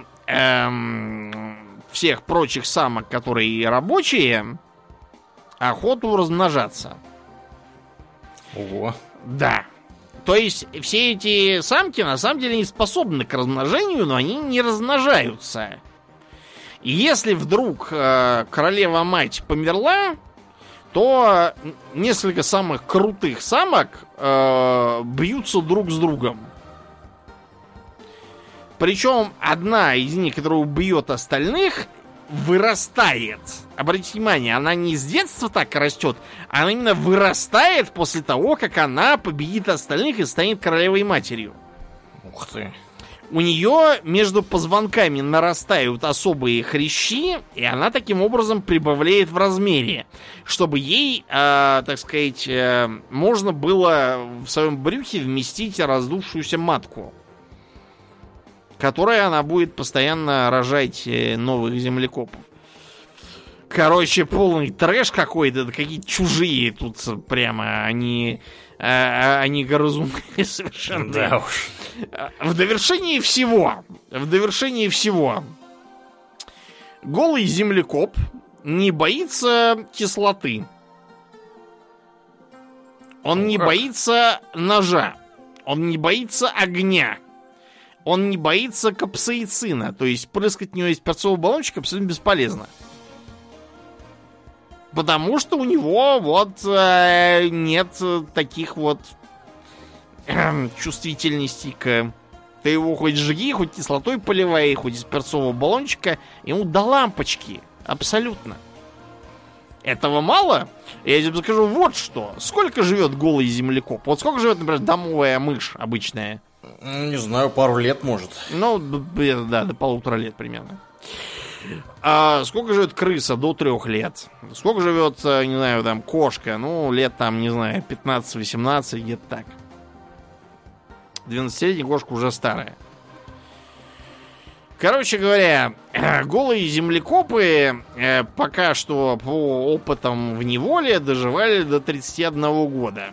всех прочих самок, которые рабочие, охоту размножаться. Ого. Да. То есть все эти самки на самом деле не способны к размножению, но они не размножаются. И если вдруг королева-мать померла, то несколько самых крутых самок бьются друг с другом. Причем одна из них, которая убьет остальных, вырастает. Обратите внимание, она не с детства так растет, она именно вырастает после того, как она победит остальных и станет королевой-матерью. Ух ты. У нее между позвонками нарастают особые хрящи, и она таким образом прибавляет в размере, чтобы ей, так сказать, можно было в своем брюхе вместить раздувшуюся матку, которая она будет постоянно рожать новых землекопов. Короче, полный трэш какой-то, какие-то чужие тут прямо, они грызуны совершенно. Да уж. В довершении всего, голый землекоп не боится кислоты. Он не боится ножа. Он не боится огня. Он не боится капсаицина. То есть прыскать в него из перцового баллончика абсолютно бесполезно. Потому что у него вот нет таких вот чувствительностей к... Ты его хоть жги, хоть кислотой поливай, хоть из перцового баллончика, ему до лампочки. Абсолютно. Этого мало? Я тебе скажу вот что. Сколько живет голый землекоп? Вот сколько живет, например, домовая мышь обычная? Не знаю, пару лет, может. Ну, да, до 1,5 лет примерно. А сколько живет крыса? До 3 лет. Сколько живет, не знаю, там, кошка? Ну, лет там, не знаю, 15-18, где-то так. 12-летняя кошка уже старая. Короче говоря, голые землекопы пока что по опытам в неволе доживали до 31 года.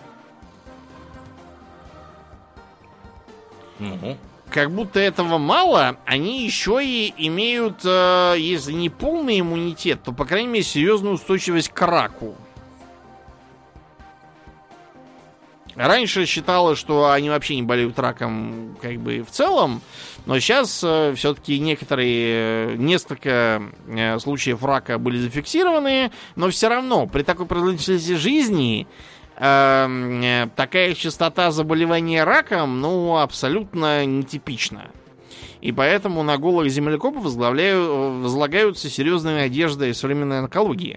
Угу. Как будто этого мало, они еще и имеют, если не полный иммунитет, то, по крайней мере, серьезную устойчивость к раку. Раньше считалось, что они вообще не болеют раком как бы в целом, но сейчас все-таки несколько случаев рака были зафиксированы, но все равно при такой продолжительности жизни такая частота заболевания раком, ну, абсолютно нетипична. И поэтому на голых землекопов возлагаются серьезные надежды современной онкологии.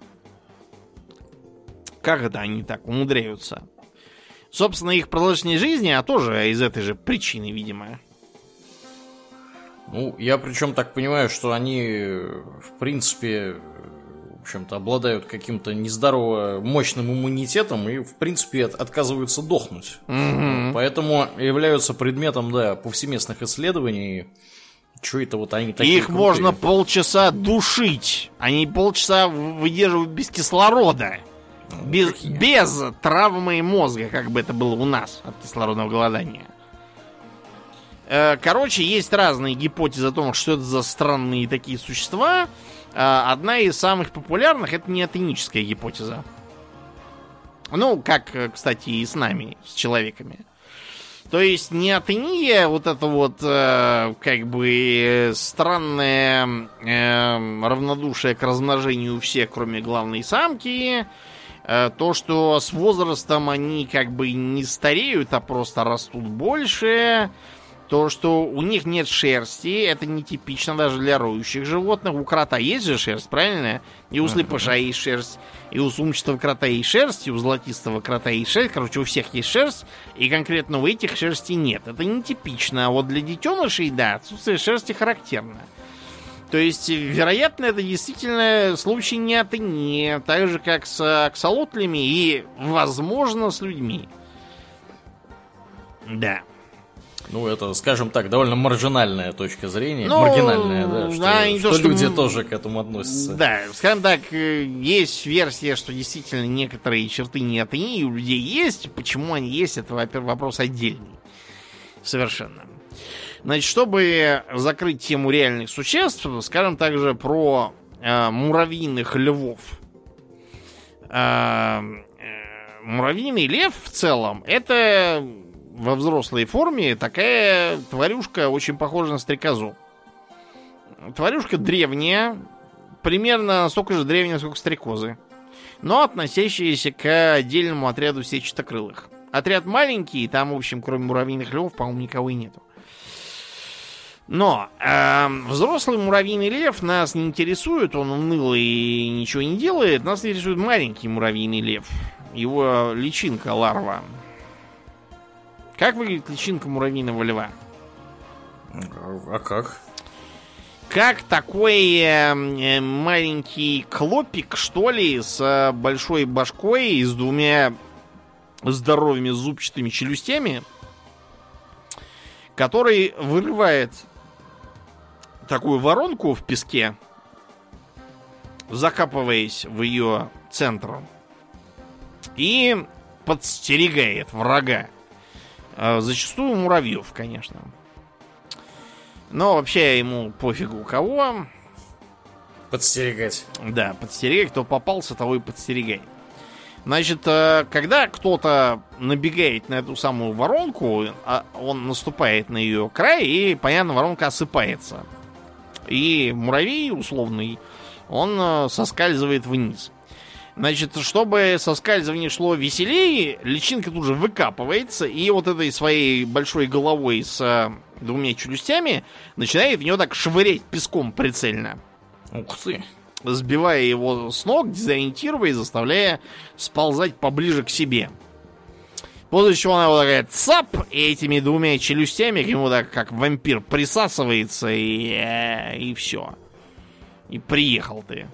Как это они так умудряются? Собственно, их продолжительность жизни, а тоже из этой же причины, видимо. Ну, я причем так понимаю, что они, в принципе, в общем-то, обладают каким-то нездорово мощным иммунитетом и, в принципе, отказываются дохнуть. Поэтому являются предметом, да, повсеместных исследований. Что это вот они такие Их крутые? можно полчаса душить. Они полчаса выдерживают без кислорода. Без травмы мозга, как бы это было у нас от кислородного голодания. Короче, есть разные гипотезы о том, что это за странные такие существа. Одна из самых популярных — это неотоническая гипотеза. Ну, как, кстати, и с нами, с человеками. То есть неотония, вот это вот, как бы, странное равнодушие к размножению всех, кроме главной самки. То, что с возрастом они как бы не стареют, а просто растут больше. То, что у них нет шерсти, это нетипично даже для роющих животных. У крота есть же шерсть, правильно? И у слепыша есть шерсть, и у сумчатого крота есть шерсть, и у золотистого крота есть шерсть. Короче, у всех есть шерсть, и конкретно у этих шерсти нет. Это нетипично. А вот для детенышей, да, отсутствие шерсти характерно. То есть, вероятно, это действительно случай неотонии, так же, как с аксолотлями и, возможно, с людьми. Да. Ну, это, скажем так, довольно маржинальная точка зрения. Ну, маргинальная, да, что люди мы... тоже к этому относятся. Да, скажем так, есть версия, что действительно некоторые черты неотонии у людей есть. Почему они есть, это вопрос отдельный. Совершенно. Значит, чтобы закрыть тему реальных существ, скажем также про муравьиных львов. Муравьиный лев в целом — это во взрослой форме такая тварюшка, очень похожа на стрекозу. Тварюшка древняя, примерно настолько же древняя, сколько стрекозы, но относящаяся к отдельному отряду сетчатокрылых. Отряд маленький, и там, в общем, кроме муравьиных львов, по-моему, никого и нету. Но взрослый муравьиный лев нас не интересует, он унылый и ничего не делает. Нас интересует маленький муравьиный лев, его личинка, ларва. Как выглядит личинка муравьиного льва? А как? Как такой маленький клопик, что ли, с большой башкой и с двумя здоровыми зубчатыми челюстями, который вырывает такую воронку в песке, закапываясь в ее центр, и подстерегает врага. Зачастую муравьев, конечно. Но вообще ему пофигу у кого. Подстерегать. Да, подстерегай. Кто попался, того и подстерегай. Значит, когда кто-то набегает на эту самую воронку, он наступает на ее край, и, понятно, воронка осыпается. И муравей условный, он соскальзывает вниз. Значит, чтобы соскальзывание шло веселее, личинка тут же выкапывается, и вот этой своей большой головой с двумя челюстями начинает в него так швырять песком прицельно. Ух ты. Сбивая его с ног, дезориентируя и заставляя сползать поближе к себе. После чего она вот такая цап, и этими двумя челюстями к нему так как вампир присасывается, и все. И приехал ты.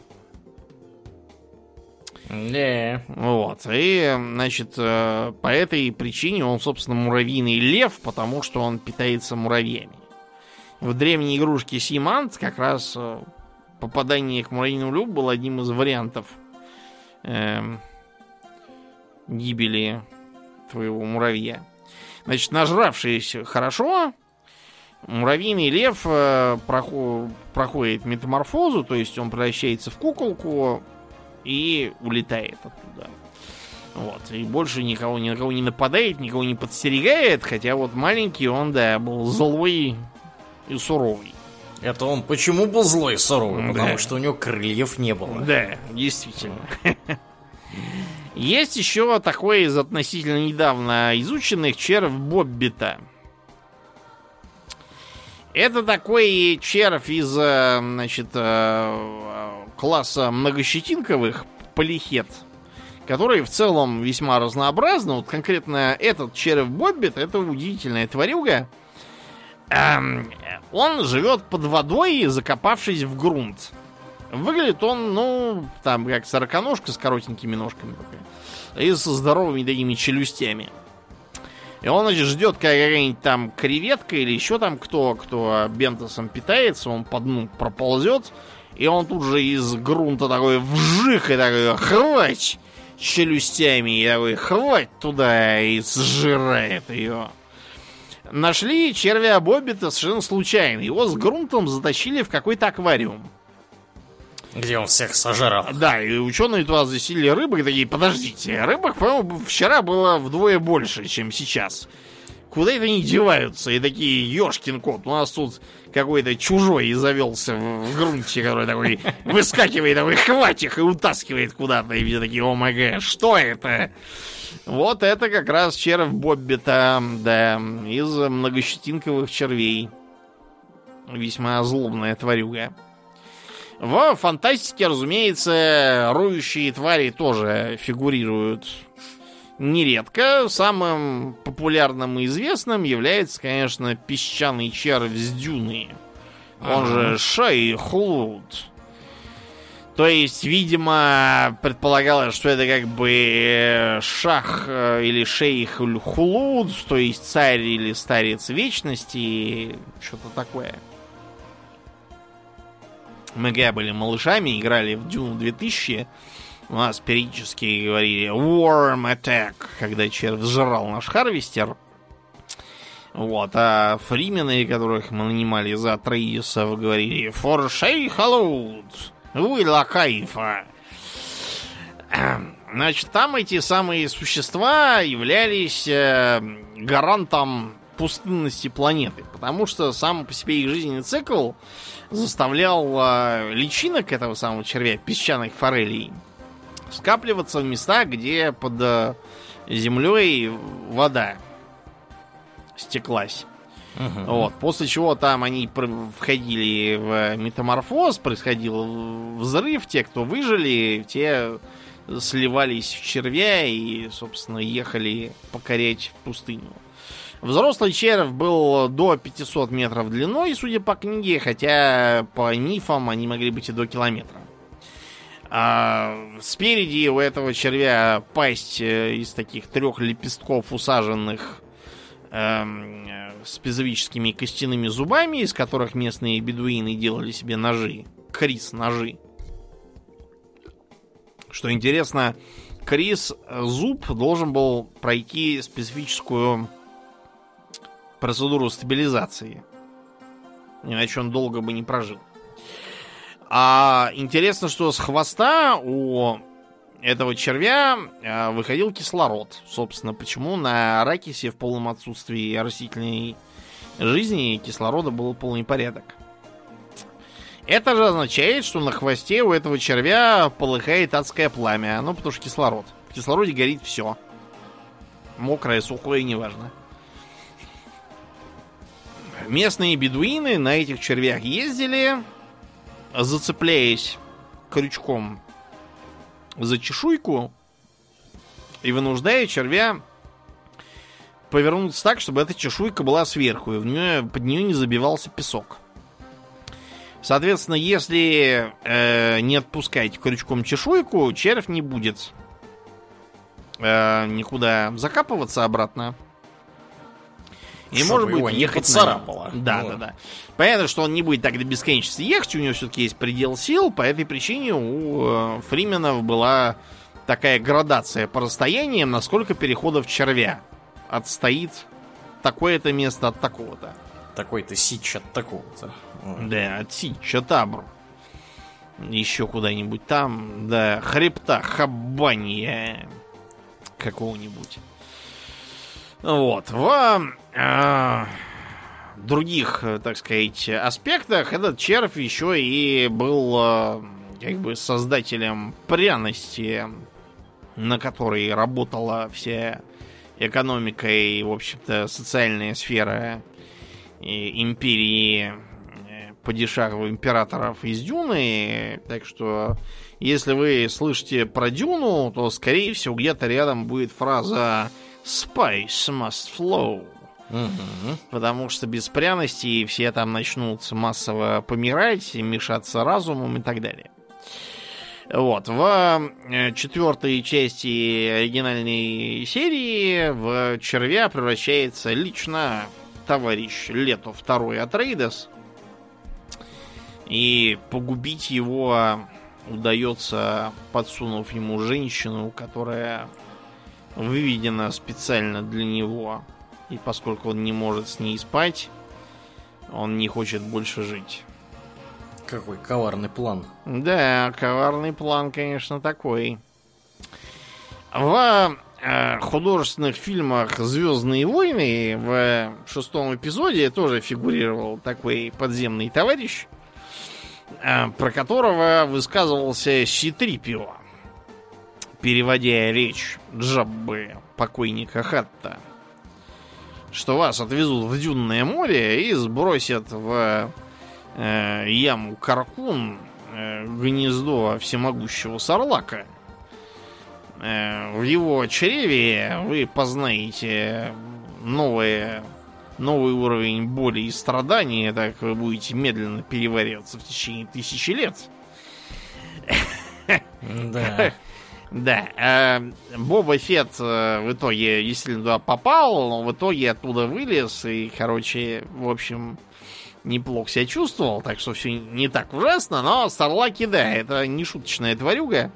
Не. Вот. И, значит, по этой причине он, собственно, муравьиный лев, потому что он питается муравьями. В древней игрушке Симант как раз попадание к муравьиному льву было одним из вариантов гибели твоего муравья. Значит, нажравшись хорошо, муравьиный лев проходит метаморфозу, то есть он превращается в куколку и улетает оттуда. Вот. И больше ни на кого не нападает, никого не подстерегает, хотя вот маленький он, да, был злой и суровый. Это он почему был злой и суровый? Да. Потому что у него крыльев не было. Да, действительно. Есть еще такой из относительно недавно изученных червь Боббита. Это такой червь из, значит, класса многощетинковых, полихет, который в целом весьма разнообразный. Вот конкретно этот червь Боббит, это удивительная тварюга. Он живет под водой, закопавшись в грунт. Выглядит он, ну, там, как сороконожка с коротенькими ножками и со здоровыми такими челюстями. И он, значит, ждет, когда какая-нибудь там креветка или еще там кто бентосом питается, он по дну проползет, и он тут же из грунта такой вжих и такой хвать челюстями, и такой хвать туда и сжирает ее. Нашли червя Боббита совершенно случайно. Его с грунтом затащили в какой-то аквариум. Где он всех сожрал. Да, и ученые туда засели рыбок, такие, подождите, рыбок, по-моему, вчера было вдвое больше, чем сейчас. Куда это они деваются? И такие, ёшкин кот, у нас тут какой-то чужой завелся в грунте, который такой выскакивает, такой хватит их и утаскивает куда-то. И все такие, о май гад, что это? Вот это как раз червь Боббита, да, из многощетинковых червей. Весьма злобная тварюга. В фантастике, разумеется, роющие твари тоже фигурируют нередко. Самым популярным и известным является, конечно, песчаный червь с дюны. Он же Шей-Хулут. То есть, видимо, предполагалось, что это как бы Шах или Шейх-Хулут, то есть царь или старец вечности, что-то такое. Мы когда были малышами, играли в Дюну 2000, у нас периодически говорили Worm Attack, когда червь сжрал наш харвестер. Вот, а фримены, которых мы нанимали за Атреидисов, говорили For Шейх-Хулут, Уилла Кайфа. Значит, там эти самые существа являлись гарантом пустынности планеты, потому что сам по себе их жизненный цикл заставлял личинок этого самого червя, песчаных форелей, скапливаться в местах, где под землей вода стеклась. Вот. После чего там они входили в метаморфоз, происходил взрыв, те, кто выжили, те сливались в червя и, собственно, ехали покорять пустыню. Взрослый червь был до 500 метров длиной, судя по книге, хотя по мифам они могли быть и до километра. Спереди у этого червя пасть из таких 3 лепестков, усаженных специфическими костяными зубами, из которых местные бедуины делали себе ножи. Крис-ножи. Что интересно, крис-зуб должен был пройти специфическую процедуру стабилизации. Иначе он долго бы не прожил. А интересно, что с хвоста у этого червя выходил кислород. Собственно, почему на Аракисе в полном отсутствии растительной жизни кислорода был полный порядок. Это же означает, что на хвосте у этого червя полыхает адское пламя. Ну, потому что кислород. В кислороде горит все. Мокрое, сухое, неважно. Местные бедуины на этих червях ездили, зацепляясь крючком за чешуйку и вынуждая червя повернуться так, чтобы эта чешуйка была сверху, и под нее не забивался песок. Соответственно, если не отпускать крючком чешуйку, червь не будет никуда закапываться обратно. И, чтобы может быть, ехать царапало. Да. Понятно, что он не будет так до бесконечности ехать, у него все-таки есть предел сил. По этой причине у фрименов была такая градация по расстояниям, насколько переходов червя отстоит такое-то место от такого-то. Такой-то сич от такого-то. Да, от сича табру. Еще куда-нибудь там, да, хребта Хаббания какого-нибудь. Вот. В других, так сказать, аспектах этот червь еще и был как бы создателем пряности на которой работала вся экономика и, в общем-то, социальная сфера империи падишахов императоров из Дюны. Так что, если вы слышите про Дюну, то, скорее всего, где-то рядом будет фраза «Spice must flow». Потому что без пряностей все там начнут массово помирать, мешаться разумом и так далее. Вот. В четвертой части оригинальной серии в червя превращается лично товарищ Лето II Атрейдес. И погубить его удается, подсунув ему женщину, которая выведена специально для него. И поскольку он не может с ней спать, он не хочет больше жить. Какой коварный план. Да, коварный план, конечно, такой. В художественных фильмах «Звездные войны» в 6-м эпизоде тоже фигурировал такой подземный товарищ, про которого высказывался Си-3PO, переводя речь Джаббы, покойника Хатта, что вас отвезут в Дюнное море и сбросят в яму Каркун, гнездо всемогущего Сарлака. В его чреве вы познаете новый уровень боли и страдания, так вы будете медленно перевариваться в течение 1000 лет. Да. Да. Боба Фетт в итоге действительно туда попал, но в итоге оттуда вылез и, короче, в общем, неплохо себя чувствовал, так что все не так ужасно, но Сарлаки, да, это не шуточная тварюга.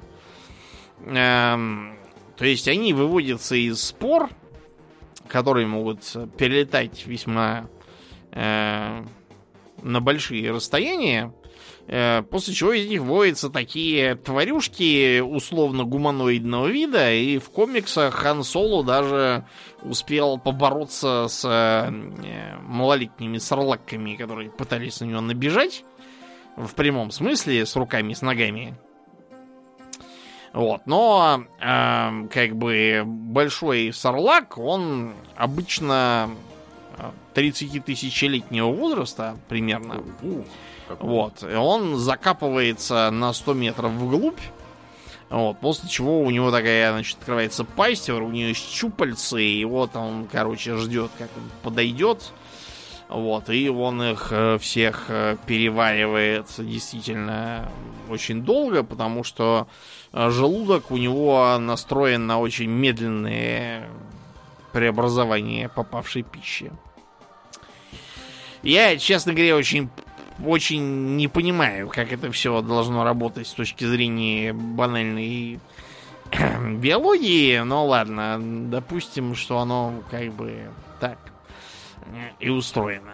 То есть они выводятся из спор, которые могут перелетать весьма на большие расстояния, после чего из них выводятся такие тварюшки условно-гуманоидного вида, и в комиксах Хан Соло даже успел побороться с малолетними сарлакками, которые пытались на него набежать, в прямом смысле, с руками, с ногами. Вот, но как бы большой сарлак, он обычно 30-тысячелетнего возраста примерно. Вот, и он закапывается на 100 метров вглубь. Вот, после чего у него такая, значит, открывается пасть, у нее есть щупальцы, и вот он, короче, ждет, как он подойдет. Вот, и он их всех переваривает действительно очень долго, потому что желудок у него настроен на очень медленные преобразования попавшей пищи. Я, честно говоря, очень не понимаю, как это все должно работать с точки зрения банальной биологии, но ладно, допустим, что оно как бы так и устроено.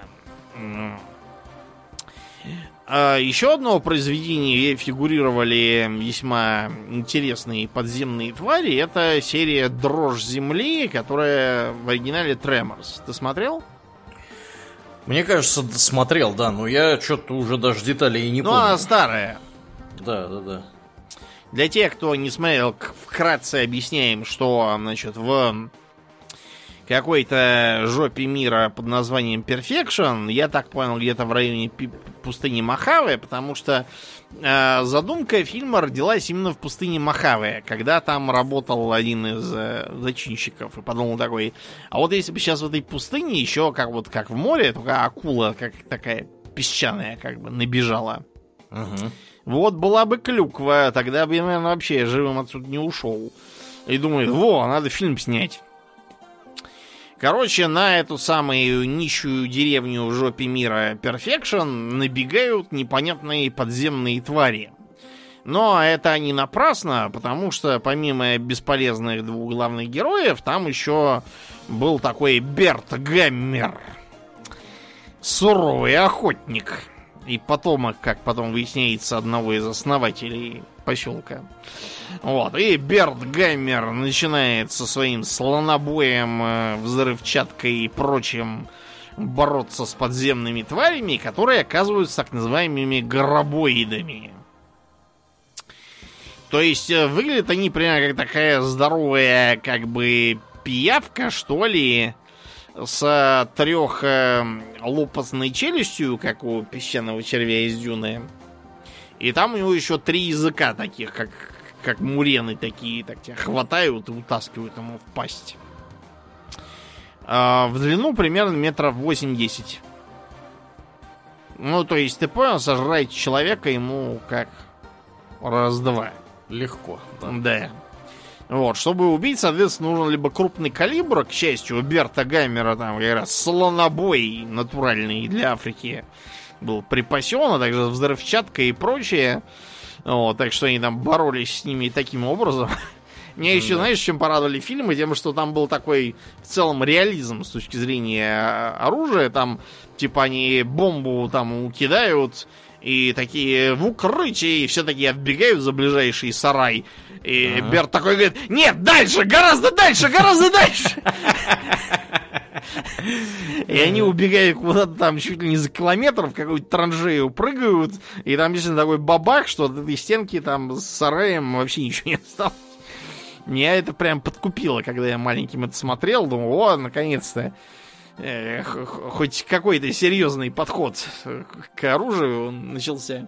Еще одно произведение фигурировали весьма интересные подземные твари. Это серия «Дрожь земли», которая в оригинале «Треморс». Ты смотрел? Мне кажется, смотрел, да, но я что-то уже даже деталей и не помню. Ну, она старая. Да. Для тех, кто не смотрел, вкратце объясняем, что, значит, в какой-то жопе мира под названием Perfection, я так понял, где-то в районе пустыни Мохаве, потому что задумка фильма родилась именно в пустыне Мохаве, когда там работал один из зачинщиков и подумал такой: а вот если бы сейчас в этой пустыне еще как в море, только акула как такая песчаная как бы набежала. Вот была бы клюква, тогда бы я, наверное, вообще живым отсюда не ушел. И думает: во, надо фильм снять. Короче, на эту самую нищую деревню в жопе мира Perfection набегают непонятные подземные твари. Но это не напрасно, потому что помимо бесполезных двух главных героев, там еще был такой Берт Гаммер. Суровый охотник. И потомок, как потом выясняется, одного из основателей поселка. Вот. И Берт Гаммер начинает со своим слонобоем, взрывчаткой и прочим бороться с подземными тварями, которые оказываются так называемыми гробоидами. То есть выглядят они примерно как такая здоровая, как бы, пиявка, что ли, с трехлопастной челюстью, как у песчаного червя из Дюны. И там у него еще 3 языка таких, как мурены такие, так тебя хватают и утаскивают ему в пасть. В длину примерно метров 8-10. Ну, то есть, ты понял, сожрать человека ему как раз-два. Легко. Да. Вот, чтобы убить, соответственно, нужен либо крупный калибр, к счастью, у Берта Гаммера там как раз слонобой натуральный для Африки был припасен, а также взрывчатка и прочее. Вот, так что они там боролись с ними таким образом. Мне еще, знаешь, чем порадовали фильмы? Тем, что там был такой в целом реализм с точки зрения оружия. Там, типа, они бомбу там кидают, и такие в укрытие, и все такие отбегают за ближайший сарай. И Берт такой говорит: нет, дальше, гораздо дальше, гораздо дальше. И они убегают куда-то там чуть ли не за километр, в какую-то траншею прыгают, и там действительно такой бабах, что от этой стенки там с сараем вообще ничего не осталось. Меня это прям подкупило, когда я маленьким это смотрел. Думаю, о, наконец-то хоть какой-то серьезный подход к оружию начался.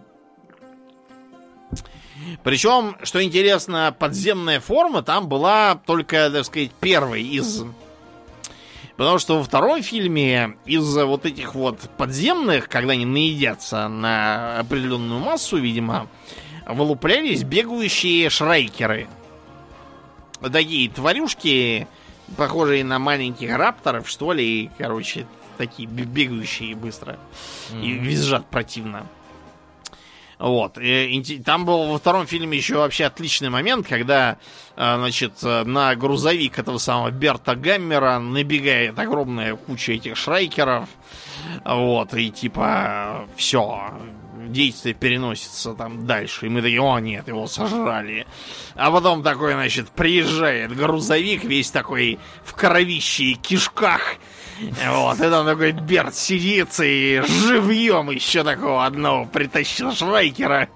Причем, что интересно, подземная форма там была только, так сказать, первой из... Потому что во втором фильме из вот этих вот подземных, когда они наедятся на определенную массу, видимо, вылуплялись бегающие шрайкеры. Такие тварюшки, похожие на маленьких рапторов, что ли, короче, такие бегающие быстро и визжат противно. Вот. И там был во втором фильме еще вообще отличный момент, когда, значит, на грузовик этого самого Берта Гаммера набегает огромная куча этих шрайкеров. Вот. И типа все, действие переносится там дальше. И мы такие: о нет, его сожрали. А потом такой, значит, приезжает грузовик, весь такой в кровище и кишках. Вот, и там такой Берт сидит и живьем еще такого одного притащил шрайкера.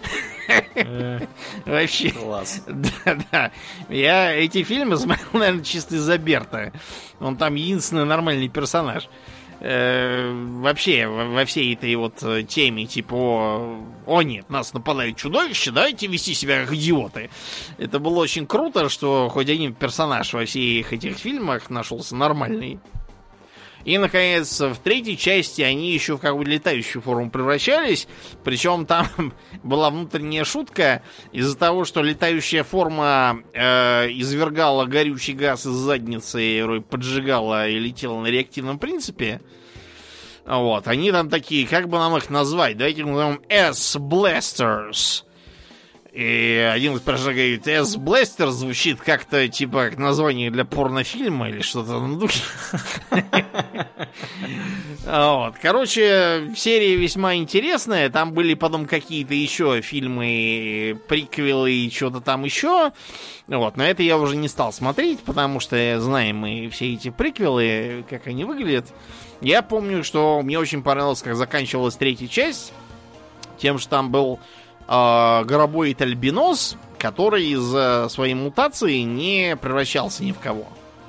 Вообще. Класс. Да. Я эти фильмы смотрел, наверное, чисто из-за Берта. Он там единственный нормальный персонаж. Вообще, во всей этой вот теме, типа, о нет, нас нападают чудовища, давайте вести себя как идиоты. Это было очень круто, что хоть один персонаж во всех этих фильмах нашелся нормальный. И, наконец, в третьей части они еще в какую-то летающую форму превращались. Причем там была внутренняя шутка. Из-за того, что летающая форма извергала горючий газ из задницы, поджигала и летела на реактивном принципе. Вот, они там такие, как бы нам их назвать? Давайте их назовем S-Blasters. И один из персонажей говорит: S-Blaster звучит как-то типа как название для порнофильма или что-то на духе. Вот. Короче, серия весьма интересная. Там были потом какие-то еще фильмы, приквелы и что-то там еще. Вот. Но это я уже не стал смотреть, потому что знаем мы все эти приквелы, как они выглядят. Я помню, что мне очень понравилось, как заканчивалась третья часть. Тем, что там был горобоид альбинос, который из-за своей мутации не превращался ни в кого.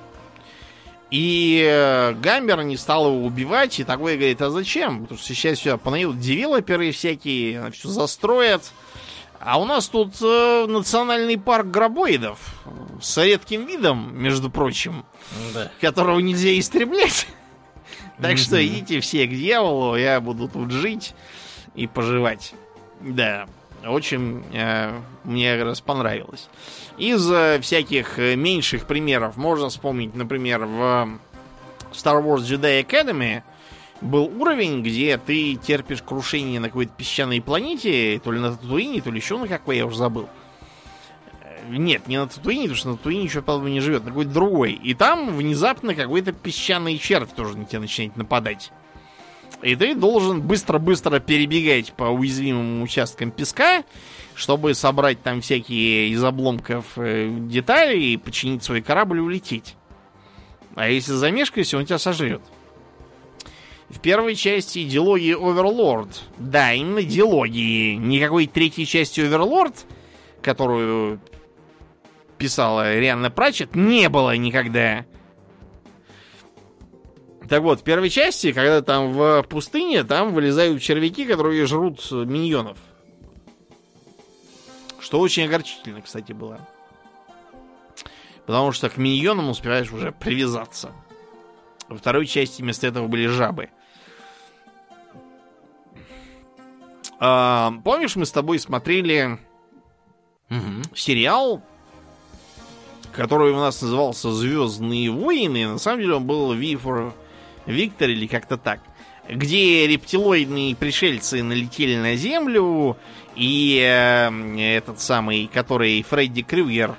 И Гаммер не стал его убивать, и такой говорит: а зачем? Потому что сейчас сюда понаедут девелоперы всякие, все застроят. А у нас тут национальный парк гробоидов с редким видом, между прочим, которого нельзя истреблять. Так что идите все к дьяволу, я буду тут жить и поживать. Да. Очень мне как раз понравилось. Из всяких меньших примеров можно вспомнить, например, в Star Wars Jedi Academy был уровень, где ты терпишь крушение на какой-то песчаной планете, то ли на Татуине, то ли еще на какой, я уже забыл. Нет, не на Татуине, потому что на Татуине ничего подобного не живет, на какой-то другой. И там внезапно какой-то песчаный червь тоже на тебя начинает нападать. И ты должен быстро-быстро перебегать по уязвимым участкам песка, чтобы собрать там всякие из обломков детали и починить свой корабль и улететь. А если замешкаешься, он тебя сожрет. В первой части дилогии Overlord. Да, именно дилогии. Никакой третьей части Overlord, которую писала Рианна Пратчетт, не было никогда. Так вот, в первой части, когда там в пустыне, там вылезают червяки, которые жрут миньонов. Что очень огорчительно, кстати, было. Потому что к миньонам успеваешь уже привязаться. Во второй части вместо этого были жабы. Помнишь, мы с тобой смотрели сериал, который у нас назывался «Звездные войны». На самом деле он был V for Victor или как-то так. Где рептилоидные пришельцы налетели на Землю, и этот самый, который Фредди Крюгер,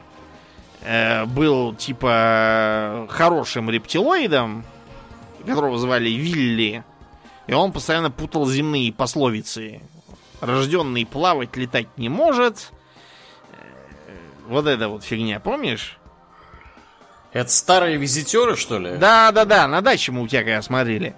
был типа хорошим рептилоидом, которого звали Вилли, и он постоянно путал земные пословицы. Рожденный плавать, летать не может. Вот эта вот фигня, помнишь? Это старые визитеры, что ли? Да, на даче мы у тебя когда смотрели.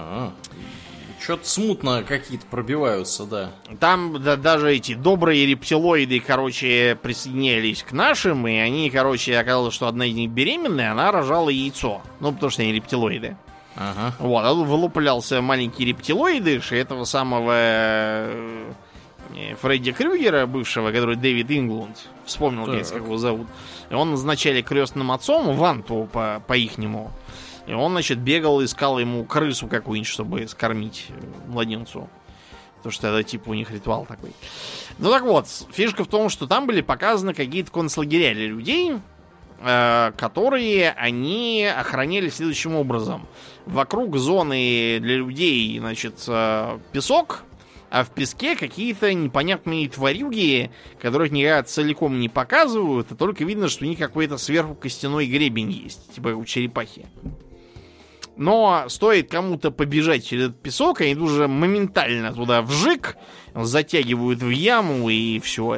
Что-то смутно какие-то пробиваются, да. Там даже эти добрые рептилоиды, короче, присоединялись к нашим, и они, короче, оказалось, что одна из них беременная, она рожала яйцо. Ну, потому что они рептилоиды. Ага. Вот, а тут вылуплялся маленький рептилоидыш, и этого самого Фредди Крюгера, бывшего, который Дэвид Инглунд, вспомнил, как его зовут. И он назначали крестным отцом Ванту по-ихнему. И он, значит, бегал, искал ему крысу какую-нибудь, чтобы скормить младенцу. Потому что это типа у них ритуал такой. Ну так вот, фишка в том, что там были показаны какие-то концлагеря для людей, которые они охраняли следующим образом. Вокруг зоны для людей, значит, песок, а в песке какие-то непонятные тварюги, которых никогда целиком не показывают, а только видно, что у них какой-то сверху костяной гребень есть, типа у черепахи. Но стоит кому-то побежать через этот песок, они тут же моментально туда вжик, затягивают в яму, и все,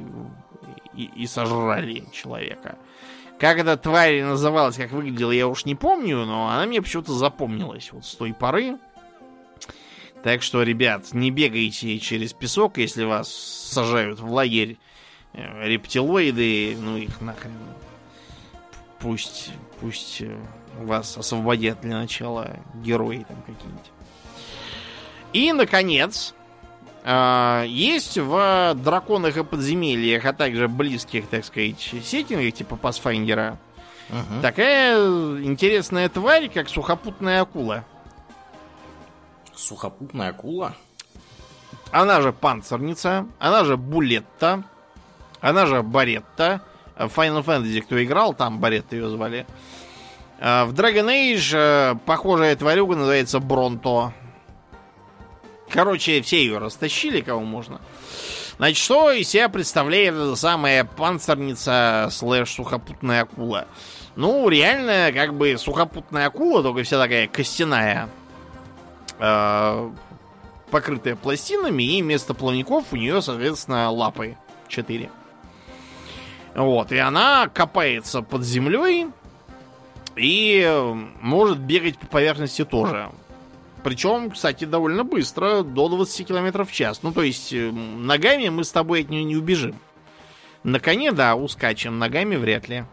и сожрали человека. Как эта тварь называлась, как выглядела, я уж не помню, но она мне почему-то запомнилась вот с той поры. Так что, ребят, не бегайте через песок, если вас сажают в лагерь рептилоиды, ну их нахрен. Пусть вас освободят для начала герои там какие-нибудь. И, наконец, есть в драконах и подземельях, а также близких, так сказать, сеттингах, типа Пасфайндера, такая интересная тварь, как сухопутная акула. Сухопутная акула? Она же панцирница, она же булетта, она же баретта. В Final Fantasy, кто играл, там баретта ее звали. В Dragon Age похожая тварюга называется Бронто. Короче, все ее растащили, кого можно. Значит, что из себя представляет эта самая панцирница слэш сухопутная акула? Ну, реально, как бы сухопутная акула, только вся такая костяная, покрытая пластинами, и вместо плавников у нее, соответственно, лапы 4. Вот, и она копается под землей и может бегать по поверхности тоже. Причем, кстати, довольно быстро, до 20 км в час. Ну, то есть, ногами мы с тобой от нее не убежим. На коне, да, ускачем, ногами вряд ли.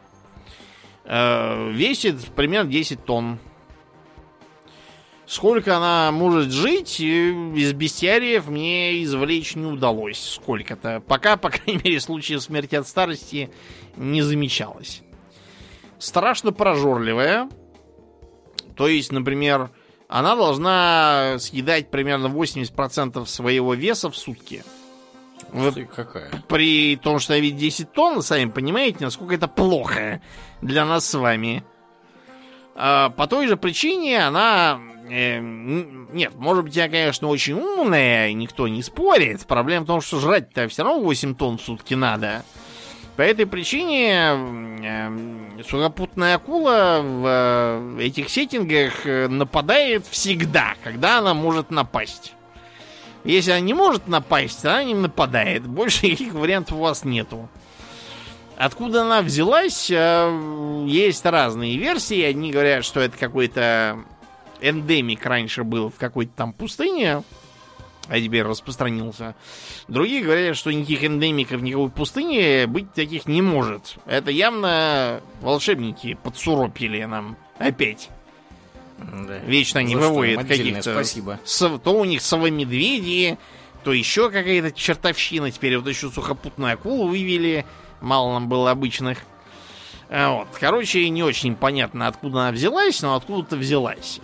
Весит примерно 10 тонн. Сколько она может жить, из бестиариев мне извлечь не удалось. Сколько-то. Пока, по крайней мере, случаев смерти от старости не замечалось. Страшно прожорливая. То есть, например, она должна съедать примерно 80% своего веса в сутки. Какая? При том, что она ведь 10 тонн, сами понимаете, насколько это плохо для нас с вами. По той же причине она... Нет, может быть, я, конечно, очень умная, никто не спорит. Проблема в том, что жрать-то все равно 8 тонн в сутки надо. По этой причине сухопутная акула в этих сеттингах нападает всегда, когда она может напасть. Если она не может напасть, она не нападает. Больше никаких вариантов у вас нету. Откуда она взялась, есть разные версии. Одни говорят, что это какой-то эндемик раньше был в какой-то там пустыне. а теперь распространился. Другие говорят, что никаких эндемиков, никакой пустыни быть таких не может. Это явно волшебники подсуропили нам опять. Да. Вечно они выводят каких-то... Спасибо. То у них совомедведи, то еще какая-то чертовщина. Теперь вот еще сухопутную акулу вывели. Мало нам было обычных. Вот. Короче, не очень понятно, откуда она взялась, но откуда-то взялась.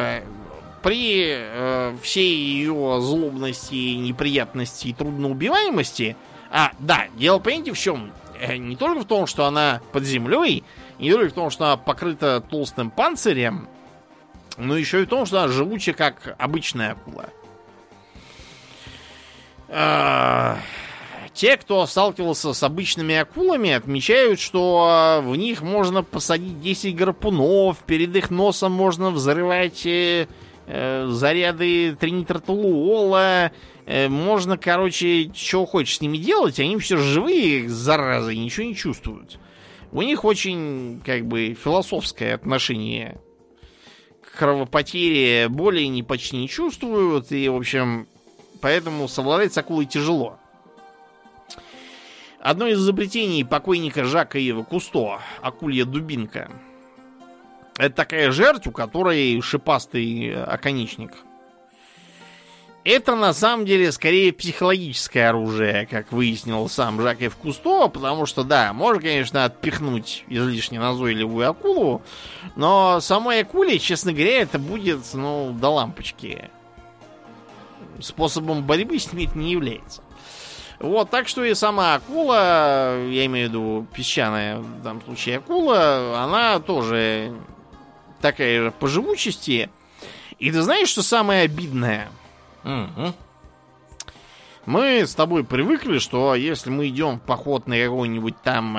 При всей ее злобности, неприятности и трудноубиваемости... да, дело, понимаете, в чем? Не только в том, что она под землей, не только в том, что она покрыта толстым панцирем, но еще и в том, что она живуча, как обычная акула. Те, кто сталкивался с обычными акулами, отмечают, что в них можно посадить 10 гарпунов, перед их носом можно взрывать заряды тринитротолуола, можно, короче, что хочешь с ними делать, они все живые, заразы, ничего не чувствуют. У них очень, как бы, философское отношение к кровопотере, боли они почти не чувствуют, и, в общем, поэтому совладать с акулой тяжело. Одно из изобретений покойника Жака Ива Кусто, акулья дубинка, это такая жертва, у которой шипастый оконечник. Это на самом деле скорее психологическое оружие, как выяснил сам Жак Ив Кусто, потому что, да, можно, конечно, отпихнуть излишне назойливую акулу, но самой акуле, честно говоря, это будет, до лампочки. Способом борьбы с ними это не является. Вот, так что и сама акула, я имею в виду песчаная в данном случае акула, она тоже такая же по живучести. И ты знаешь, что самое обидное? Мы с тобой привыкли, что если мы идем в поход на какой-нибудь там,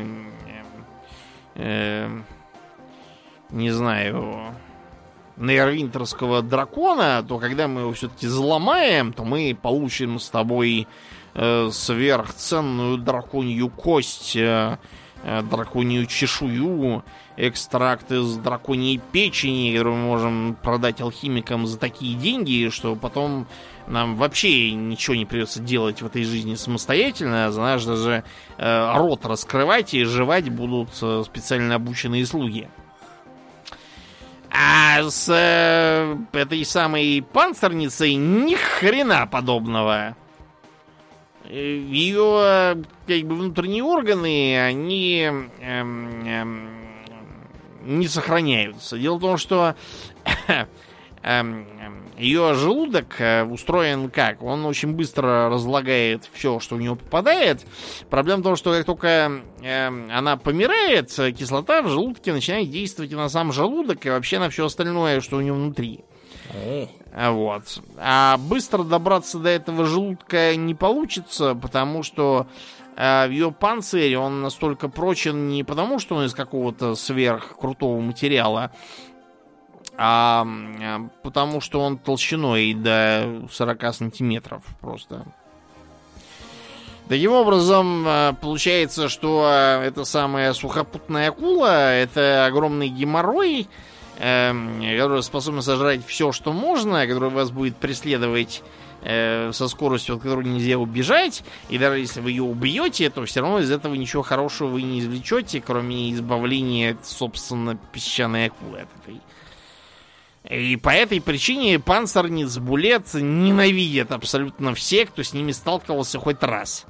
не знаю, нейрвинтерского дракона, то когда мы его все-таки взломаем, то мы получим с тобой сверхценную драконью кость, драконью чешую, экстракт из драконьей печени, который мы можем продать алхимикам за такие деньги, что потом нам вообще ничего не придется делать в этой жизни самостоятельно. Знаешь, даже рот раскрывать и жевать будут специально обученные слуги. А с этой самой панцирницей ни хрена подобного. Ее, как бы, внутренние органы, они не сохраняются. Дело в том, что ее желудок устроен как? Он очень быстро разлагает все, что в него попадает. Проблема в том, что как только она помирает, кислота в желудке начинает действовать и на сам желудок, и вообще на все остальное, что у него внутри. Вот. А быстро добраться до этого желудка не получится, потому что ее панцирь, он настолько прочен не потому, что он из какого-то сверхкрутого материала, а потому что он толщиной до 40 сантиметров просто. Таким образом, получается, что эта самая сухопутная акула — это огромный геморрой, который способен сожрать все, что можно, который вас будет преследовать со скоростью, от которой нельзя убежать. И даже если вы ее убьете, то все равно из этого ничего хорошего вы не извлечете, кроме избавления, собственно, песчаной акулы от этой. И по этой причине панцирниц булет ненавидят абсолютно все, кто с ними сталкивался хоть раз.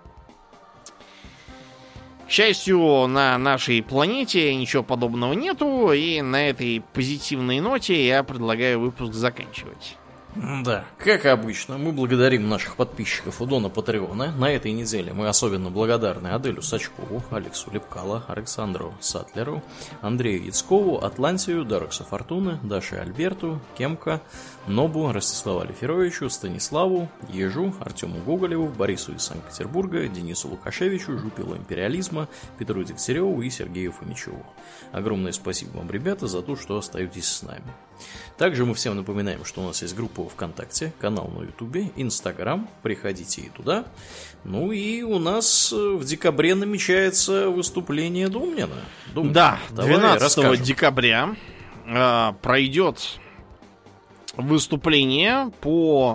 К счастью, на нашей планете ничего подобного нету, и на этой позитивной ноте я предлагаю выпуск заканчивать. Да, как обычно, мы благодарим наших подписчиков у Дона Патреона. На этой неделе мы особенно благодарны Аделю Сачкову, Алексу Лепкало, Александру Сатлеру, Андрею Яцкову, Атлантию, Дароксу Фортуны, Даше Альберту, Кемка, Нобу, Ростиславу Алиферовичу, Станиславу, Ежу, Артему Гоголеву, Борису из Санкт-Петербурга, Денису Лукашевичу, Жупилу Империализма, Петру Дегтяреву и Сергею Фомичеву. Огромное спасибо вам, ребята, за то, что остаетесь с нами. Также мы всем напоминаем, что у нас есть группа ВКонтакте, канал на Ютубе, Инстаграм, приходите и туда. Ну и у нас в декабре намечается выступление Домнина. Да, 12 декабря пройдет выступление по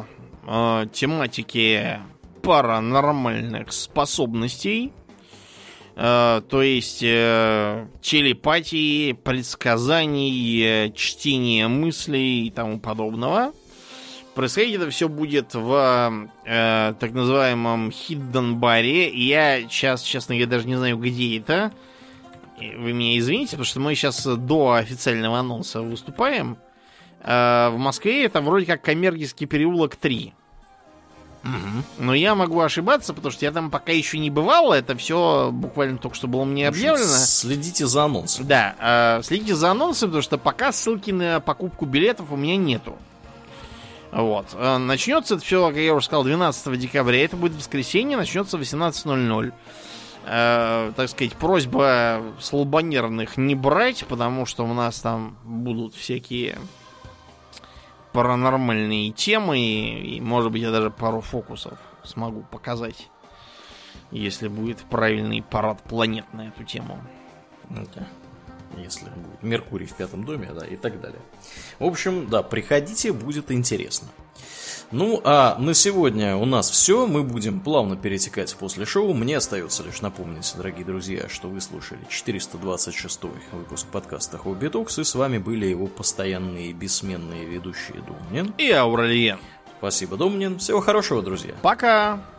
тематике паранормальных способностей. То есть телепатии, предсказаний, чтения мыслей и тому подобного. Происходить это все будет в так называемом Hidden баре. Я сейчас, честно говоря, даже не знаю, где это. Вы меня извините, потому что мы сейчас до официального анонса выступаем. В Москве это вроде как Камергерский переулок 3. Но я могу ошибаться, потому что я там пока еще не бывал. Это все буквально только что было мне объявлено. Следите за анонсом. Да, следите за анонсом, потому что пока ссылки на покупку билетов у меня нету. Вот. Начнется это все, как я уже сказал, 12 декабря. Это будет воскресенье, начнется в 18:00. Так сказать, просьба слабонервных не брать, потому что у нас там будут всякие паранормальные темы, и, может быть, я даже пару фокусов смогу показать, если будет правильный парад планет на эту тему. Да. Если будет Меркурий в 5-м доме, да, и так далее. В общем, да, приходите, будет интересно. Ну, а на сегодня у нас все. Мы будем плавно перетекать после шоу. Мне остается лишь напомнить, дорогие друзья, что вы слушали 426-й выпуск подкаста Хобби Токс, и с вами были его постоянные бессменные ведущие Домнин и Аурельен. Спасибо, Домнин. Всего хорошего, друзья. Пока!